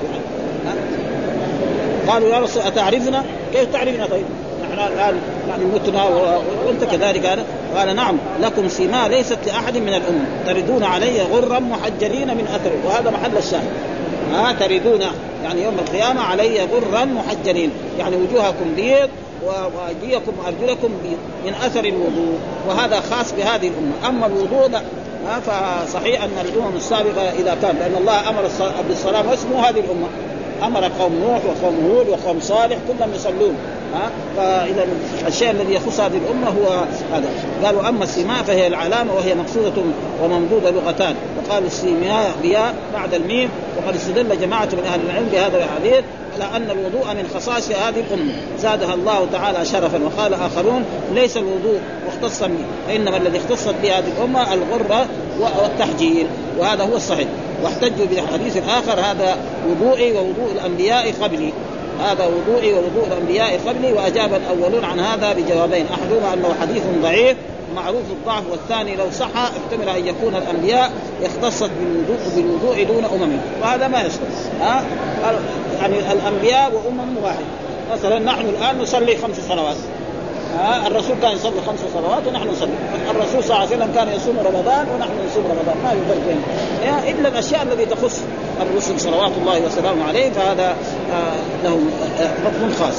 قالوا يا رسول اتعرفنا؟ كيف تعرفنا؟ طيب نحن الان يعني متنا وانت كذلك. انا قال نعم لكم سماء ليست لاحد من الامم تردون علي غرا محجلين من اثر. وهذا محل الشاهد. تردون يعني يوم القيامه علي غرا محجلين، يعني وجوهكم بيض وايديكم وارجلكم بيض من اثر الوضوء. وهذا خاص بهذه الامه. اما الوضوء لا. فصحيح ان الامم السابقه اذا كان لان الله امر بالصلاه واسمه هذه الامه امر قوم نوح وقوم هود وقوم صالح كلهم يصلون. فإذا الشيء الذي يخص هذه الأمة هو هذا. قالوا أما السماء فهي العلامة وهي مقصودة وممدودة لغتان. وقالوا السماء بياء بعد الميم. وقد استدل جماعة من أهل العلم بهذا الحديث على أن الوضوء من خصائص هذه الأمة زادها الله تعالى شرفا. وقال آخرون ليس الوضوء مختصا به، فإنما الذي اختصت به هذه الأمة الغرة والتحجيل، وهذا هو الصحيح. واحتجوا بحديث آخر هذا وضوئي ووضوء الأنبياء قبلي. هذا وضوئي ووضوء الأنبياء قبلي. وأجاب الأولون عن هذا بجوابين: أحدهما أنه حديث ضعيف معروف الضعف، والثاني لو صح احتمل أن يكون الأنبياء اختصت بالوضوء دون أمم، وهذا ما يصح. يعني الأنبياء وأمم واحد. مثلا نحن الآن نصلي 5 صلوات. الرسول كان يصلي 5 صلوات ونحن نصلي. الرسول صلى الله عليه وسلم كان يصوم رمضان ونحن نصوم رمضان، ما يفرق بينهم إلا الأشياء التي تخص الرسل صلوات الله وسلامه عليه، فهذا له حكم خاص.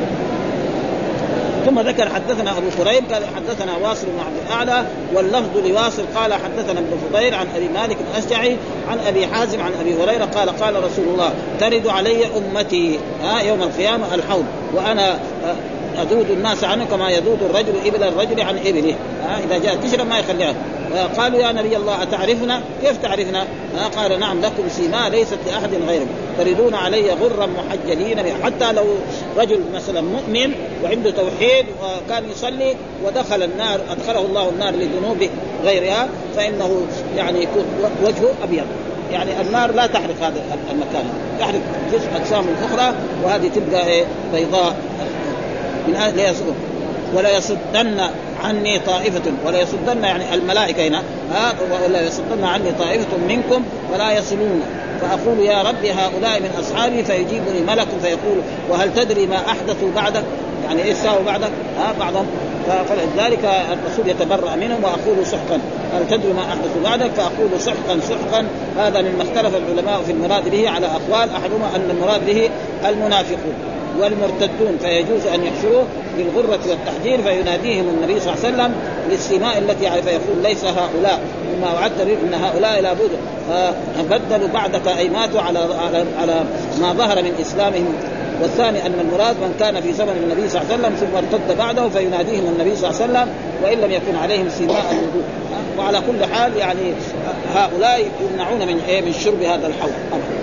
ثم ذكر حدثنا أبو كريم قال حدثنا واصل بن عبد الأعلى واللفظ لواصل قال حدثنا ابن فضيل عن أبي مالك الأشجعي عن أبي حازم عن أبي هريرة قال رسول الله ترد علي أمتي يوم القيامة الحوض وأنا أذود الناس عنه كما يذود الرجل إبل الرجل عن إبله. إذا جاءت تشرب ما يخليها. قالوا يا نبي الله أتعرفنا؟ كيف تعرفنا؟ قال نعم لكم سماء ليست لأحد غيركم تردون علي غرا محجلين. حتى لو رجل مثلا مؤمن وعنده توحيد وكان يصلي ودخل النار أدخله الله النار لذنوبه غيرها فإنه يعني يكون وجهه أبيض. يعني النار لا تحرق هذا المكان، تحرق جزء أجسام أخرى وهذه تبقى بيضاء من أهل يصدق. ولا يصدن عني طائفة، ولا يصدن يعني الملائكة هنا ولا يصدن عني طائفة منكم ولا يصلون، فأقول يا رب هؤلاء من أصحابي فيجيبني ملك فيقول وهل تدري ما أحدثوا بعدك؟ يعني إيه ساووا بعدك بعضهم. فلذلك الرسول يتبرأ منهم وأقول سحقا هل تدري ما أحدث بعدك فأقول سحقا. هذا مما اختلف العلماء في المراد به على أقوال، أحدهما أن المراد به المنافقون والمرتدون فيجوز أن يحشروه بالغرة والتحجير فيناديهم النبي صلى الله عليه وسلم للسماء التي يعرف فيقول ليس هؤلاء مما وعدت إن هؤلاء لا بد بدلوا بعدك أي ماتوا على ما ظهر من إسلامهم. والثاني أن المراد من كان في زمن النبي صلى الله عليه وسلم ثم ارتد بعده فيناديهم النبي صلى الله عليه وسلم وإن لم يكن عليهم سماء الوضوء. وعلى كل حال يعني هؤلاء يمنعون من شرب هذا الحوض.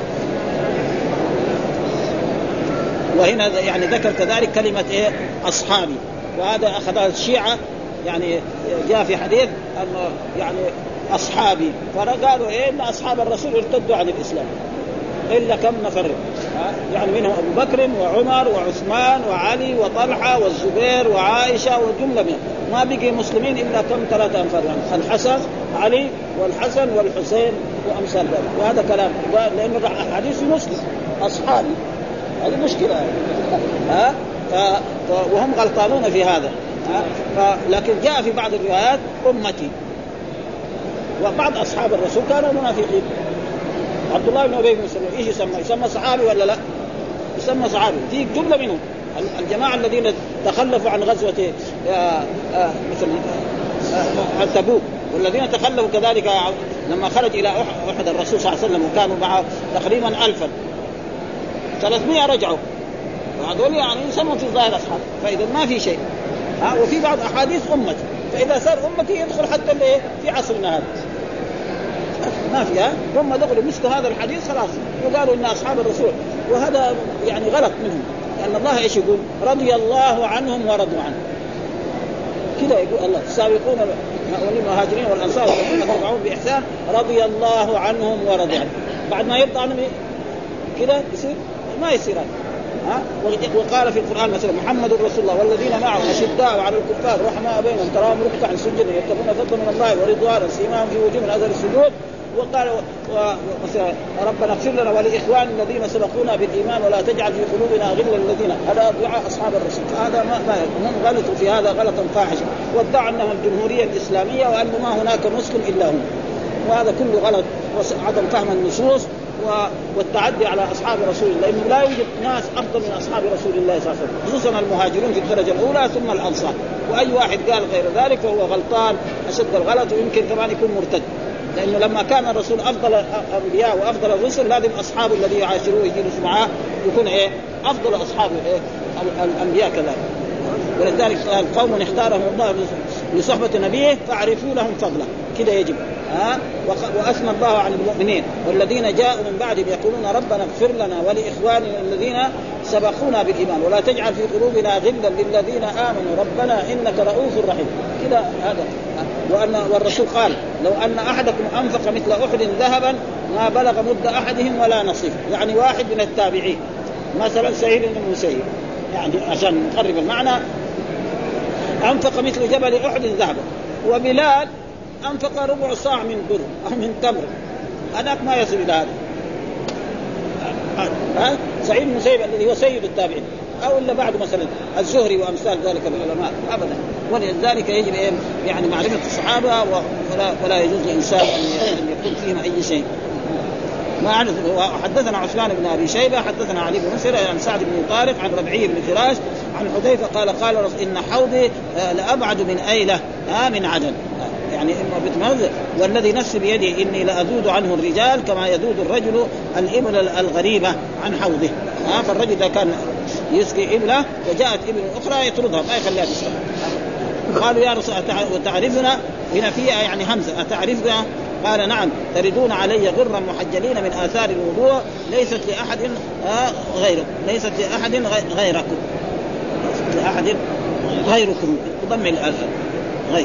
وهنا يعني ذكر كذلك كلمة أصحابي، وهذا أخذها الشيعة يعني جاء في حديث أنه يعني أصحابي، فقالوا إن أصحاب الرسول ارتدوا عن الإسلام إلا كم نفر يعني منهم أبو بكر وعمر وعثمان وعلي وطلحة والزبير وعائشة وجملة منهم، ما بقي مسلمين إلا كم 3 أنفر يعني الحسن علي والحسن والحسين وأمثال ذلك. وهذا كلام لأن الحديث مسلم أصحابي، هذه مشكلة وهم غلطانون في هذا. لكن جاء في بعض الروايات أمتي، وبعض أصحاب الرسول كانوا منافقين. عبد الله بن أبي بن سلول إيش يسمى صحابي ولا لا؟ يسمى صحابي. في جملة منهم الجماعة الذين تخلفوا عن غزوة مثل تبوك، والذين تخلفوا كذلك لما خرج إلى أحد الرسول صلى الله عليه وسلم وكانوا معه تقريبا 1300 رجعوا، وهذول يعني يسموا في الظاهر أصحاب، فإذا ما في شيء. وفي بعض أحاديث أمتي، فإذا صار أمتي يدخل حتى اللي في عصرنا هذا ما فيها، هم دخلوا مسكوا هذا الحديث خلاص وقالوا إن أصحاب الرسول، وهذا يعني غلط منهم، لأن الله إيش يقول؟ رضي الله عنهم ورضوا عنه، كده يقول الله السابقون المهاجرين والأنصار والذين تبعوهم بإحسان رضي الله عنهم ورضوا عنه. بعد ما يرضى عنهم كده يصير ما يصير وقال في القرآن مثلا محمد رسول الله والذين معه أشداء على الكفار رحماء بينهم تراهم ركعا سجدا يبتغون فضلا من الله ورضوانا سيماهم في وجوههم من أثر السجود. وقال مثلا ربنا اغفر لنا ولإخوان الذين سبقونا بالإيمان ولا تجعل في قلوبنا غلا الذين. هذا دعاء أصحاب الرسول، هذا ما هم غلطوا في هذا غلطا فاحشا، وادعوا أنهم الجمهورية الإسلامية وأن ما هناك مسلم إلا هم، وهذا كله غلط وعدم فهم النصوص والتعدي على أصحاب رسول الله، لأنه لا يوجد ناس أفضل من أصحاب رسول الله صلى الله عليه وسلم، خصوصا المهاجرون في الدرجة الأولى ثم الأنصار، وأي واحد قال غير ذلك فهو غلطان أشد الغلط، ويمكن كمان يكون مرتد، لأنه لما كان الرسول أفضل الأنبياء وأفضل الرسل لازم أصحابه الذي يعاشروه يجلسوا معاه يكون أفضل أصحاب الأنبياء كذلك. ولذلك القوم اختارهم الله لصحبة نبيه فاعرفوا لهم فضله، كده يجب. وأثنى الله على المؤمنين والذين جاءوا من بعدهم يقولون ربنا اغفر لنا ولإخواننا الذين سبقونا بالإيمان ولا تجعل في قلوبنا غلا للذين آمنوا ربنا إنك رؤوف رحيم، كده هذا. والرسول قال لو أن أحدكم أنفق مثل أحد ذهبا ما بلغ مد أحدهم ولا نصيف، يعني واحد من التابعين مثلا سعيد بن المسيب، يعني عشان نقرب المعنى أنفق مثل جبل أحد ذهبا، وبلال أنفق ربع صاع من بر أو من تمر، هذاك ما يصل إلى هذا. سعيد بن المسيب الذي هو سيد التابعين، أو إلا بعد مثلا الزهري وأمثال ذلك من العلماء أبدا. ولذلك يجب يعني معرفة الصحابة ولا يجوز لإنسان أن يكون فيهم أي شيء. ما أعرف. وحدثنا عثمان بن أبي شيبة حدثنا علي بن مسر عن سعد بن طارق عن ربعي بن فراش عن حذيفة قال إن حوضي لأبعد من أيلة من عدن، يعني إما بتمرد، والذي نفسي بيده إني لأذود عنه الرجال كما يذود الرجل الإبل الغريبة عن حوضه. فالرجل إذا كان يسقي إبلة وجاءت إبل أخرى يطردها ما يخليها تشرب. قالوا يا رسول تعرفنا؟ هنا فيها يعني همزة أتعرفنا؟ قال نعم تردون علي غرا محجلين من آثار الوضوء ليست لأحد غيركم، ليست لأحد غيركم، لأحد غيركم بضم الألف غير.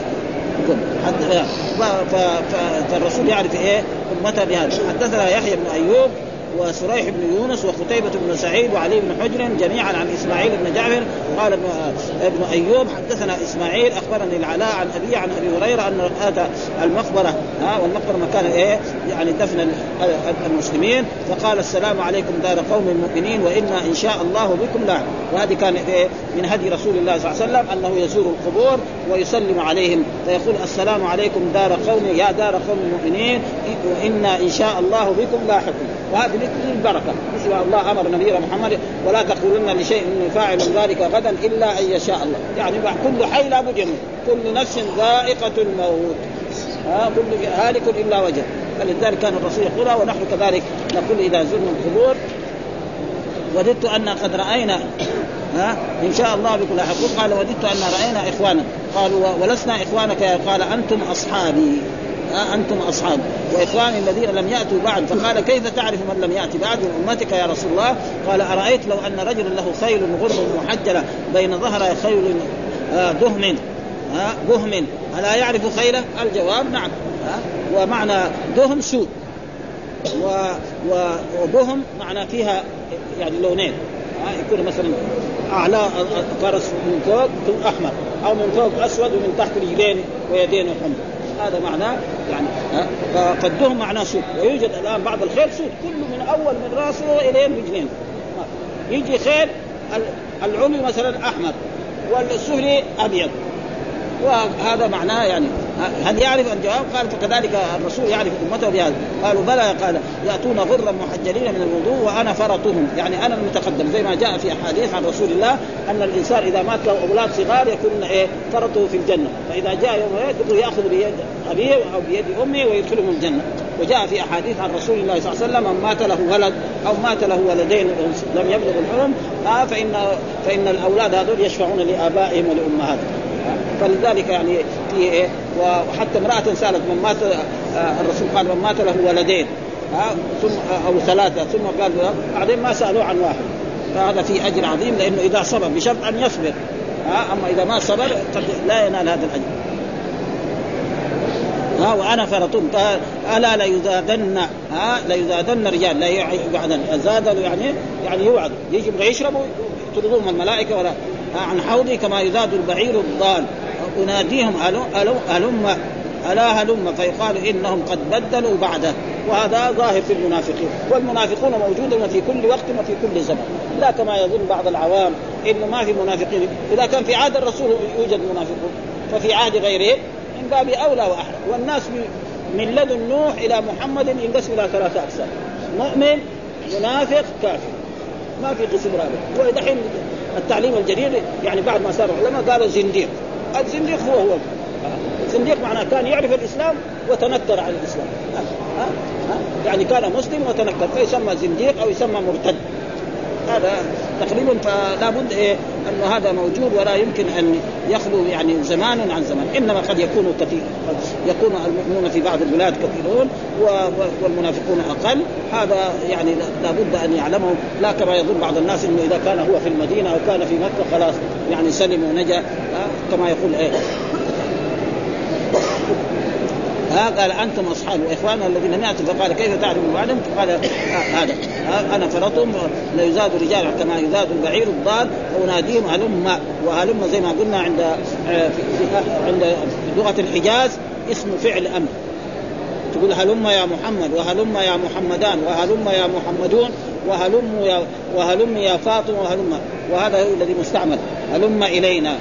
فالرسول يعرف أمته بهذا. حدثنا يحيى بن أيوب وسريح بن يونس وقتيبة بن سعيد وعلي بن حجر جميعا عن إسماعيل بن جعفر قال ابن أيوب حدثنا إسماعيل أخبرني العلاء عن أبي عن أبي هريرة أن أتى المقبرة والمقبرة مكان يعني دفن المسلمين فقال السلام عليكم دار قوم المؤمنين وإنا إن شاء الله بكم لاحقون. وهذه كان من هدي رسول الله صلى الله عليه وسلم أنه يزور القبور ويسلم عليهم فيقول السلام عليكم دار قوم يا دار قوم المؤمنين وإنا إن شاء الله بكم لاحقون. وهذه مثل البركة مثل الله أمر نبينا محمد ولا تقولن لشيء إني فاعل ذلك غدا إلا أن يشاء الله. يعني كل حي لا بد منه كل نفس ذائقة الموت كل هالك إلا وجه. فلذلك كان الرسول يقولها ونحن كذلك نقول إذا زرنا القبور وددت أن قد رأينا إن شاء الله بكم لاحقون. قال وددت أن رأينا إخوانا قالوا ولسنا إخوانك قال أنتم أصحابي أنتم أصحاب وإخواني الذين لم يأتوا بعد. فقال كيف تعرف من لم يأتي بعد من أمتك يا رسول الله؟ قال أرأيت لو أن رجلا له خيل غر محجلة بين ظهر خيل بهم ألا يعرف خيله؟ الجواب نعم. ومعنى دهم سود وبهم معنى فيها يعني لونين يكون مثلا أعلى فرس من فوق أحمر أو من فوق أسود ومن تحت رجلين ويدين حمر. هذا معناه يعني فقدهم معناه سود. ويوجد الآن بعض الخيل سود كله من أول من رأسه إلى رجلين. يجي خيل العلوي مثلا أحمر والسفلي أبيض وهذا معناه يعني هل يعرف الجواب؟ قال فكذلك الرسول يعرف أمته بهذا. قالوا بلى قال يأتون غرا محجلين من الوضوء وأنا فرطهم يعني أنا المتقدم زي ما جاء في أحاديث عن رسول الله أن الإنسان إذا مات له أولاد صغار يكون فرطه في الجنة فإذا جاء يوم يقول يأخذ بيد أبيه أو بيد أمه ويدخلهم الجنة. وجاء في أحاديث عن رسول الله صلى الله عليه وسلم من مات له ولد أو مات له ولدين لم يبلغ الحلم فإن الأولاد هذول يشفعون لآبائهم ولأمهاتهم. فلذلك يعني في وحتى امرأة سألت من مات الرسول قال من مات له ولدين ثم أو ثلاثة ثم قال بعدين ما سألوا عن واحد فهذا في أجر عظيم لأنه إذا صبر بشرط أن يصبر أما إذا ما صبر قد لا ينال هذا الأجر. وأنا فرطهم ألا ليزادن رجال لا يعدن زادوا يعني يوعد يجي يبغى يشربوا ترضوهم الملائكة ولا عن حوضي كما يزاد البعير الضال أناديهم هلم ألا هلم فيقال إنهم قد بدلوا بعده. وهذا ظاهر في المنافقين والمنافقون موجودون في كل وقت وفي كل زمن لا كما يظن بعض العوام إنه ما في منافقين. إذا كان في عهد الرسول يوجد منافقون ففي عهد غيره من باب أولى وأحرى. والناس من لدن نوح إلى محمد ينقسم إلى 3 أقسام مؤمن منافق كافر ما في قسم رابع. ودحين التعليم الجديد يعني بعد ما صار العلماء قالوا زنديق. الزنديق هو الزنديق معناه كان يعرف الإسلام وتنكر عن الإسلام يعني كان مسلم وتنكر فيسمى زنديق أو يسمى مرتد. هذا تقريبا فلا بد أن هذا موجود ولا يمكن أن يخلو يعني زمان عن زمان. إنما قد يكونوا كثير قد يكون المؤمنون في بعض البلاد كثيرون والمنافقون أقل. هذا يعني لا بد أن يعلمه لا كما يظن بعض الناس إنه إذا كان هو في المدينة أو كان في مكة خلاص يعني سلم ونجا كما يقول قال أنتم أصحاب وإخواننا الذين ماتوا. فقال كيف تعلمون بعدهم؟ قال هذا أنا فرطهم ليزاد رجال كما يزاد البعير الضال وناديهم هلم. وهلم زي ما قلنا عند لغة الحجاز اسم فعل أمر. تقول هلم يا محمد وهلم يا محمدان وهلم يا محمدون وهلم يا فاطمة وهلم. وهذا هو الذي مستعمل هلم إلينا.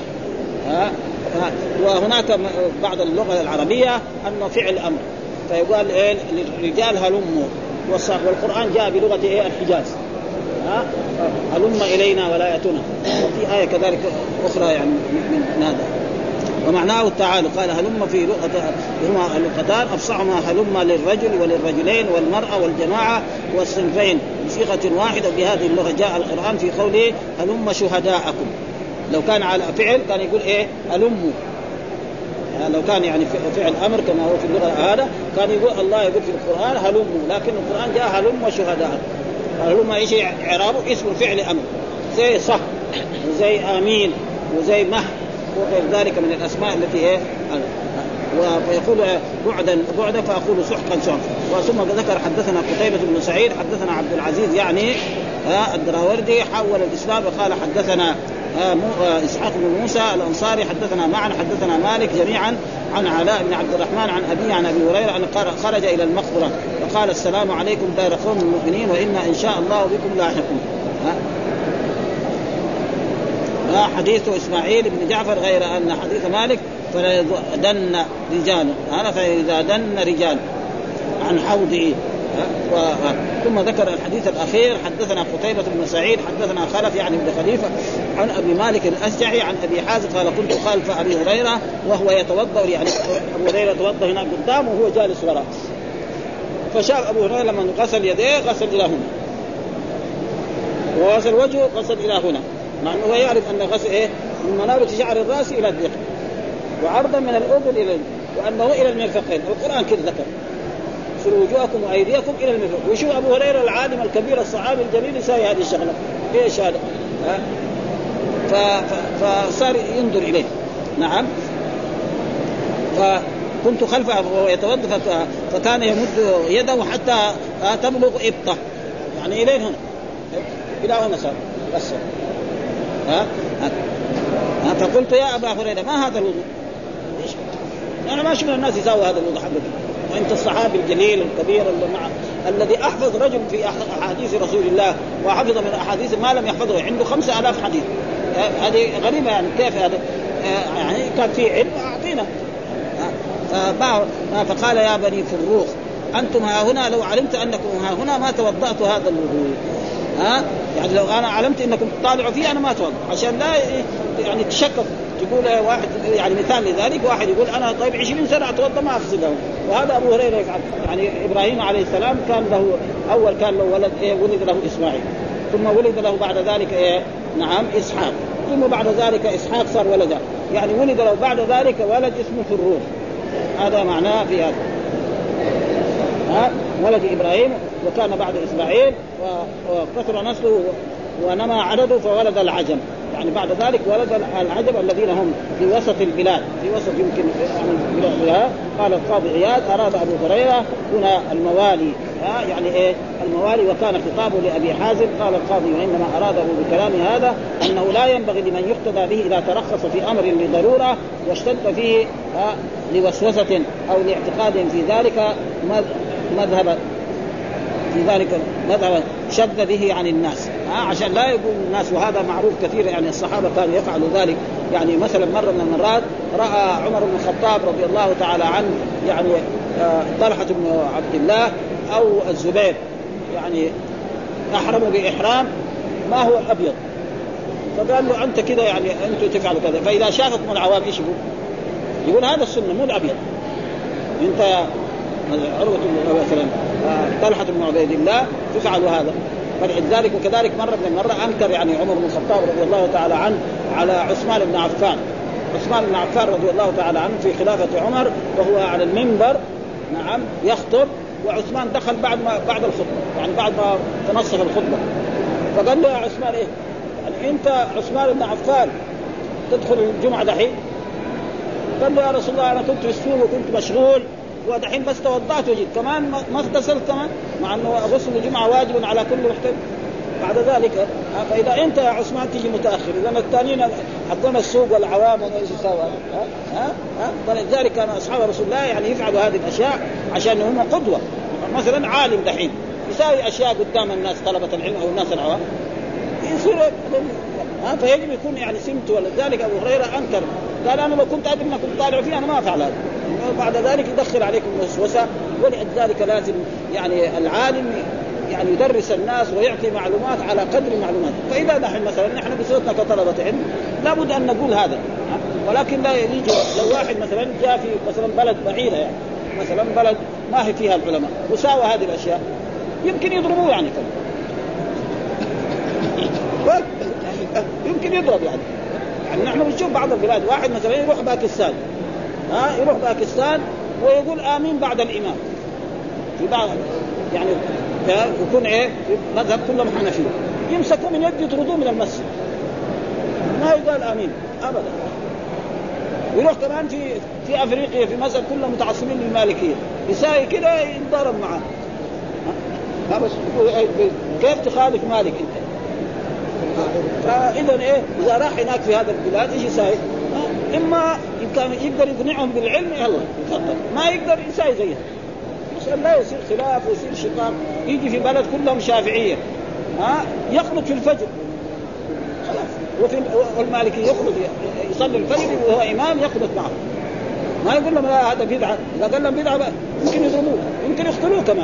وهناك بعض اللغة العربية أنه فعل أمر فيقال للرجال هلموا. والقرآن جاء بلغة الحجاز هلم إلينا ولا يأتنا. وفي آية كذلك أخرى يعني من هذا ومعناه تعالى قال هلم في لغة هما اللغتان أفصحهما هلم للرجل وللرجلين والمرأة والجماعة والصنفين بصيغة واحدة. بهذه اللغة جاء القرآن في قوله هلم شهداءكم. لو كان على فعل كان يقول هلموا. لو كان يعني فعل أمر كما هو في اللغة هذا كان يقول الله يقول في القرآن هلموا. لكن القرآن جاء هلم شهداءكم. هلم إيش إعرابه اسم فعل أمر زي صح وزي آمين وزي مه وغير ذلك من الأسماء التي فيقول بعدا فأقول سحقا سحقا. ثم ذكر حدثنا قتيبة بن سعيد حدثنا عبد العزيز يعني الدراوردي حول الإسلام وقال حدثنا إسحاق بن موسى الأنصاري حدثنا معا حدثنا مالك جميعا عن علاء بن عبد الرحمن عن أبي عن أبي هريرة أن خرج إلى المقبرة فقال السلام عليكم دار قوم المؤمنين وإنا إن شاء الله بكم لاحقون. حديث إسماعيل بن جعفر غير أن حديث مالك فلا دن رجال فإذا دن رجال عن حوضه. ثم ذكر الحديث الأخير حدثنا قتيبة بن سعيد حدثنا خلف يعني بن خليفة عن أبي مالك الأشجعي عن أبي حازم قال كنت خلف أبي هريرة وهو يتوضأ يعني أبو هريرة يتوضأ هنا قدام وهو جالس وراء فشاف أبو هريرة لما غسل يديه غسل إلى هنا وغسل وجهه غسل إلى هنا مع أنه يعرف أن غسل من منابت شعر الرأس إلى الذقن وعرضا من الأذن إلى وأنه إلى المرفقين. القرآن كذا ذكر اغسلوا وجوهكم وأيديكم إلى المرفق. وشوف أبو هريرة العالم الكبير الصحابي الجليل يساوي هذه الشغلة إيش هذا فصار ينظر إليه. نعم فكنت خلفه وهو يتوضأ فكان يمد يده حتى تبلغ إبطة يعني إليه هنا إلى هنا صار بس فقلت يا أبا هريرة ما هذا الوضوء؟ أنا ما شفنا الناس يساوي هذا الوضوء حقك وأنت الصحابي الجليل الكبير الذي أحفظ رجل في أحاديث رسول الله وحفظ من أحاديث ما لم يحفظه عنده 5000 حديث. هذه غريبة يعني كيف هذا يعني كان في علم أعطينا. فقال يا بني فروخ أنتم ها هنا لو علمت أنكم ها هنا ما توضأت هذا الوضوء. يعني لو أنا علمت أنكم تطالعوا فيه أنا ما أتوضأ عشان لا يعني تشكك تقول واحد يعني مثال لذلك واحد يقول أنا طيب 20 سنة أتوضأ ما أغسله. وهذا أبو هريرة يفعل. يعني إبراهيم عليه السلام كان له أول كان له ولد ولد له إسماعيل ثم ولد له بعد ذلك نعم إسحاق ثم بعد ذلك إسحاق صار ولده يعني ولد له بعد ذلك ولد اسمه فروخ. هذا معناه في هذا ولد إبراهيم وكان بعد إسماعيل وكثر نسله ونمى عدده فولد العجم يعني بعد ذلك ولد العجم الذين هم في وسط البلاد في وسط يمكن يعني قال القاضي عياض أراد أبو هريرة هنا الموالي يعني الموالي وكان خطابه لأبي حازم. قال القاضي وإنما أراده بكلام هذا أنه لا ينبغي لمن يقتدى به إذا ترخص في أمر لضرورة واشتد فيه لوسوسة أو لاعتقاد في ذلك مذهب في ذلك مذهب شد به عن الناس عشان لا يقول الناس. وهذا معروف كثير يعني الصحابة كانوا يفعلوا ذلك. يعني مثلا مرة من المرات رأى عمر بن الخطاب رضي الله تعالى عنه يعني طلحة بن عبد الله أو الزبير يعني أحرموا بإحرام ما هو أبيض فقال له أنت كذا يعني أنتوا تفعلوا كذا. فإذا شافكم العوام إيش يقول هذا السنة مو الأبيض. أنت عروة مثلا طلحة بن عبيد الله تفعل هذا فلذلك. وكذلك مرة من المرة أنكر يعني عمر بن الخطاب رضي الله تعالى عنه على عثمان بن عفان. عثمان بن عفان رضي الله تعالى عنه في خلافة عمر وهو على المنبر نعم يخطب وعثمان دخل بعد الخطبة يعني بعد ما تنصف الخطبة فقال له يا عثمان يعني أنت عثمان بن عفان تدخل الجمعة دحين؟ قال له يا رسول الله أنا كنت في السوق وكنت مشغول ودحين بس توضأت وجيت كمان ما اغتسلت كمان مع أنه غسل الجمعة واجب على كل محتم. بعد ذلك فإذا أنت يا عثمان تيجي متأخر إذا الثانيين حقون السوق والعوام وما يساوي فلذلك كان أصحاب رسول الله يعني يفعلوا هذه الأشياء عشان هم قدوة. مثلا عالم دحين يساوي أشياء قدام الناس طلبة العلم أو الناس العوام يصير فيجب يكون يعني سمت. ولذلك أبو هريرة أنكر قال أنا لو كنت أدري أنكم طالعوا فيه أنا ما أفعل هذا. بعد ذلك يدخل عليكم الوسوسة. ولذلك لازم يعني العالم يعني يدرس الناس ويعطي معلومات على قدر معلومات. فإذا نحن مثلا نحن بصيرتنا كطلبة علم لابد أن نقول هذا ولكن لا يجي لو واحد مثلا جاء في مثلا بلد بعيدة يعني مثلا بلد ما هي فيها العلماء وساوى هذه الأشياء يمكن يضربوه يعني يمكن يضرب يعني نحن بنشوف بعض البلاد واحد مثلا يروح باكستان يروح باكستان ويقول آمين بعد الإمام في بعض يعني يكون مذهب كلهم حنفي يمسكوا من يد يطردوه من المسجد ما يقال آمين أبدا. ويروح كمان في افريقيا في مصر كلهم متعصبين للمالكيه، يساوي كده ينضرب معاه. بس كيف تخالف مالك انت؟ فاذا ايه اذا راح هناك في هذا البلاد ايش يساوي؟ اما ان كان يقدر يقنعهم بالعلم يلا يفضل، ما يقدر يساوي زيها. بس لا يصير خلاف ويصير شقاق. يجي في بلد كلهم شافعيه يخلط في الفجر خلاص، والمالكي يخلط يصلي الفجر وهو امام يخلط معه، ما يقول لهم لا هذا بدعه. اذا قال لهم بدعه يمكن يضربوه يمكن يقتلوه كمان.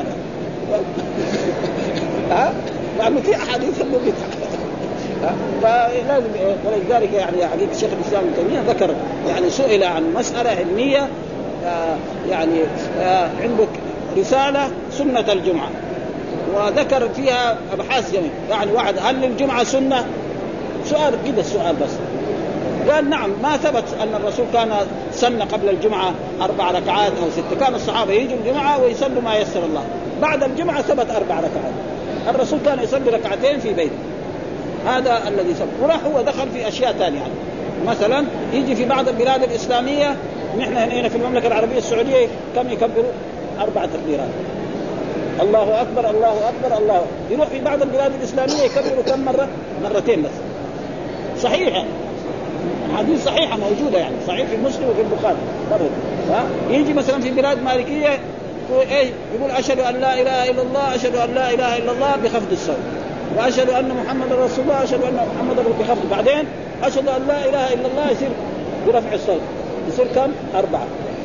لانه في احاديث انه بدعه. فلازم ولذلك يعني حقيقة الشيخ الإسلام ابن تيمية ذكر يعني سئل عن مسألة علمية يعني عندك رسالة سنة الجمعة وذكر فيها أبحاث جميلة. يعني واحد هل للجمعة سنة؟ سؤال كده السؤال بس. قال نعم، ما ثبت أن الرسول كان سن قبل الجمعة 4 ركعات أو 6. كان الصحابة يجوا الجمعة ويصلوا ما يسر الله. بعد الجمعة ثبت 4 ركعات. الرسول كان يصلي 2 ركعتين في بيته. هذا الذي سبق. وراح هو دخل في أشياء ثانية يعني. مثلا يجي في بعض البلاد الإسلامية، نحن هنا في المملكة العربية السعودية كم يكبروا 4 تكبيرات، الله أكبر الله أكبر الله. يروح في بعض البلاد الإسلامية يكبروا كم مرة؟ 2 بس. صحيحة، حديث صحيحة موجودة يعني، صحيح في مسلم وفي البخاري. يجي مثلا في بلاد مالكية يقول أشهد أن لا إله إلا الله، أشهد أن لا إله إلا الله بخفض الصوت، وأشهد أن محمد رسول الله، أشهد أن محمد بخفض، بعدين أشهد أن لا إله إلا الله يصير برفع الصوت، يصير كم؟ 4.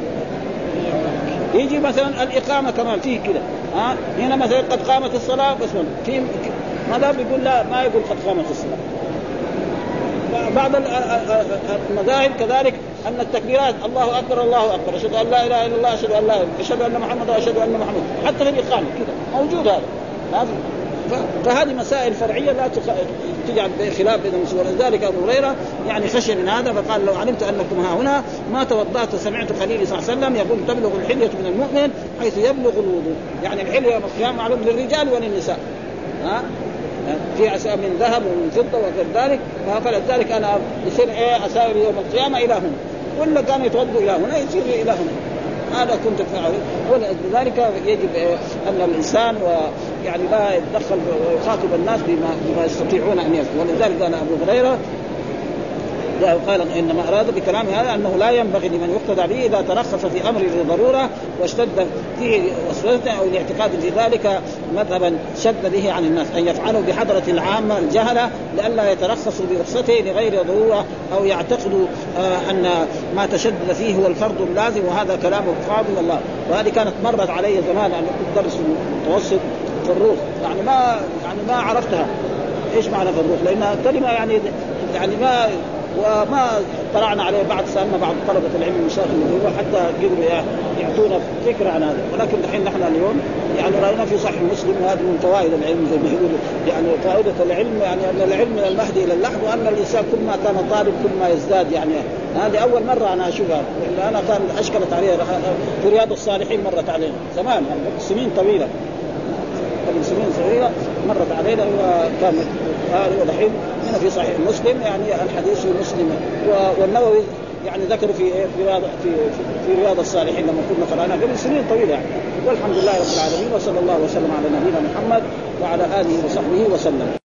يجي مثلا الإقامة كمان فيه كده هنا مثلا قد قامت الصلاة، بس في ماذا بيقول لا، ما يقول قد قامت الصلاة. بعض المذاهب كذلك أن التكبيرات الله أكبر الله أكبر، أشهد أن لا إله إلا الله، أشهد أن لا إله، أشهد أن محمد، أشهد أن محمد، حتى في الإقامة كده موجود هذا. فهذه مسائل فرعية لا تجعل خلاف بين المسلمين. ولذلك أبو هريرة يعني خشي من هذا فقال لو علمت أنكم ها هنا ما توضأت. سمعت خليلي صلى الله عليه وسلم يقول تبلغ الحلية من المؤمن حيث يبلغ الوضوء. يعني الحلية يوم القيامة معلوم للرجال وللنساء في أساء من ذهب ومن فضة وكذلك. فلذلك أنا يصير أساوي يوم القيامة إلى هنا، ولا كان يتوضأ إلى هنا يصير إلى هنا. هذا كنت أفعله. ولذلك يجب أن الإنسان يعني لا يتدخل ويخاطب الناس بما يستطيعون أن يفعلوا. ولذلك قال أبو هريرة قال إنما أراد بكلام هذا أنه لا ينبغي لمن يقتدى به إذا ترخص في أمر لضرورة واشتد فيه وسوسة أو الاعتقاد في ذلك مذهبا شد به عن الناس أن يفعلوا بحضرة العامة الجهلة لئلا يترخصوا برخصته لغير ضرورة أو يعتقدوا أن ما تشدد فيه هو الفرض اللازم. وهذا كلام القاضي والله. وهذه كانت مرت علي زمان أن كنت درس متوسط في الروح، يعني ما عرفتها إيش معنى في الروح، لأنها كلمة يعني ما وما طلعنا عليه. بعد سألنا بعض طلبة العلم المشايخ المدربة حتى قدروا يعطونا فكرة عن هذا. ولكن الحين نحن اليوم يعني رأينا في صحيح مسلم، وهذا من فوائد العلم زي ما يقولوا، يعني فائدة العلم يعني أن العلم من المهدي إلى اللحد، وأن الإنسان كل ما كان طالب كل ما يزداد. يعني هذه أول مرة أنا أشوفها، لأن أنا كان أشكلت عليها في رياض الصالحين مرت علينا زمان، يعني سنين طويلة قبل سنين صغيرة مرت علينا. وكان ودحين هنا في صحيح مسلم يعني الحديث في مسلم. والنووي يعني ذكروا في رياض الصالحين لما كنا قرأنا قبل سنين طويلة يعني. والحمد لله رب العالمين، وصلى الله وسلم على نبينا محمد وعلى آله وصحبه وسلم.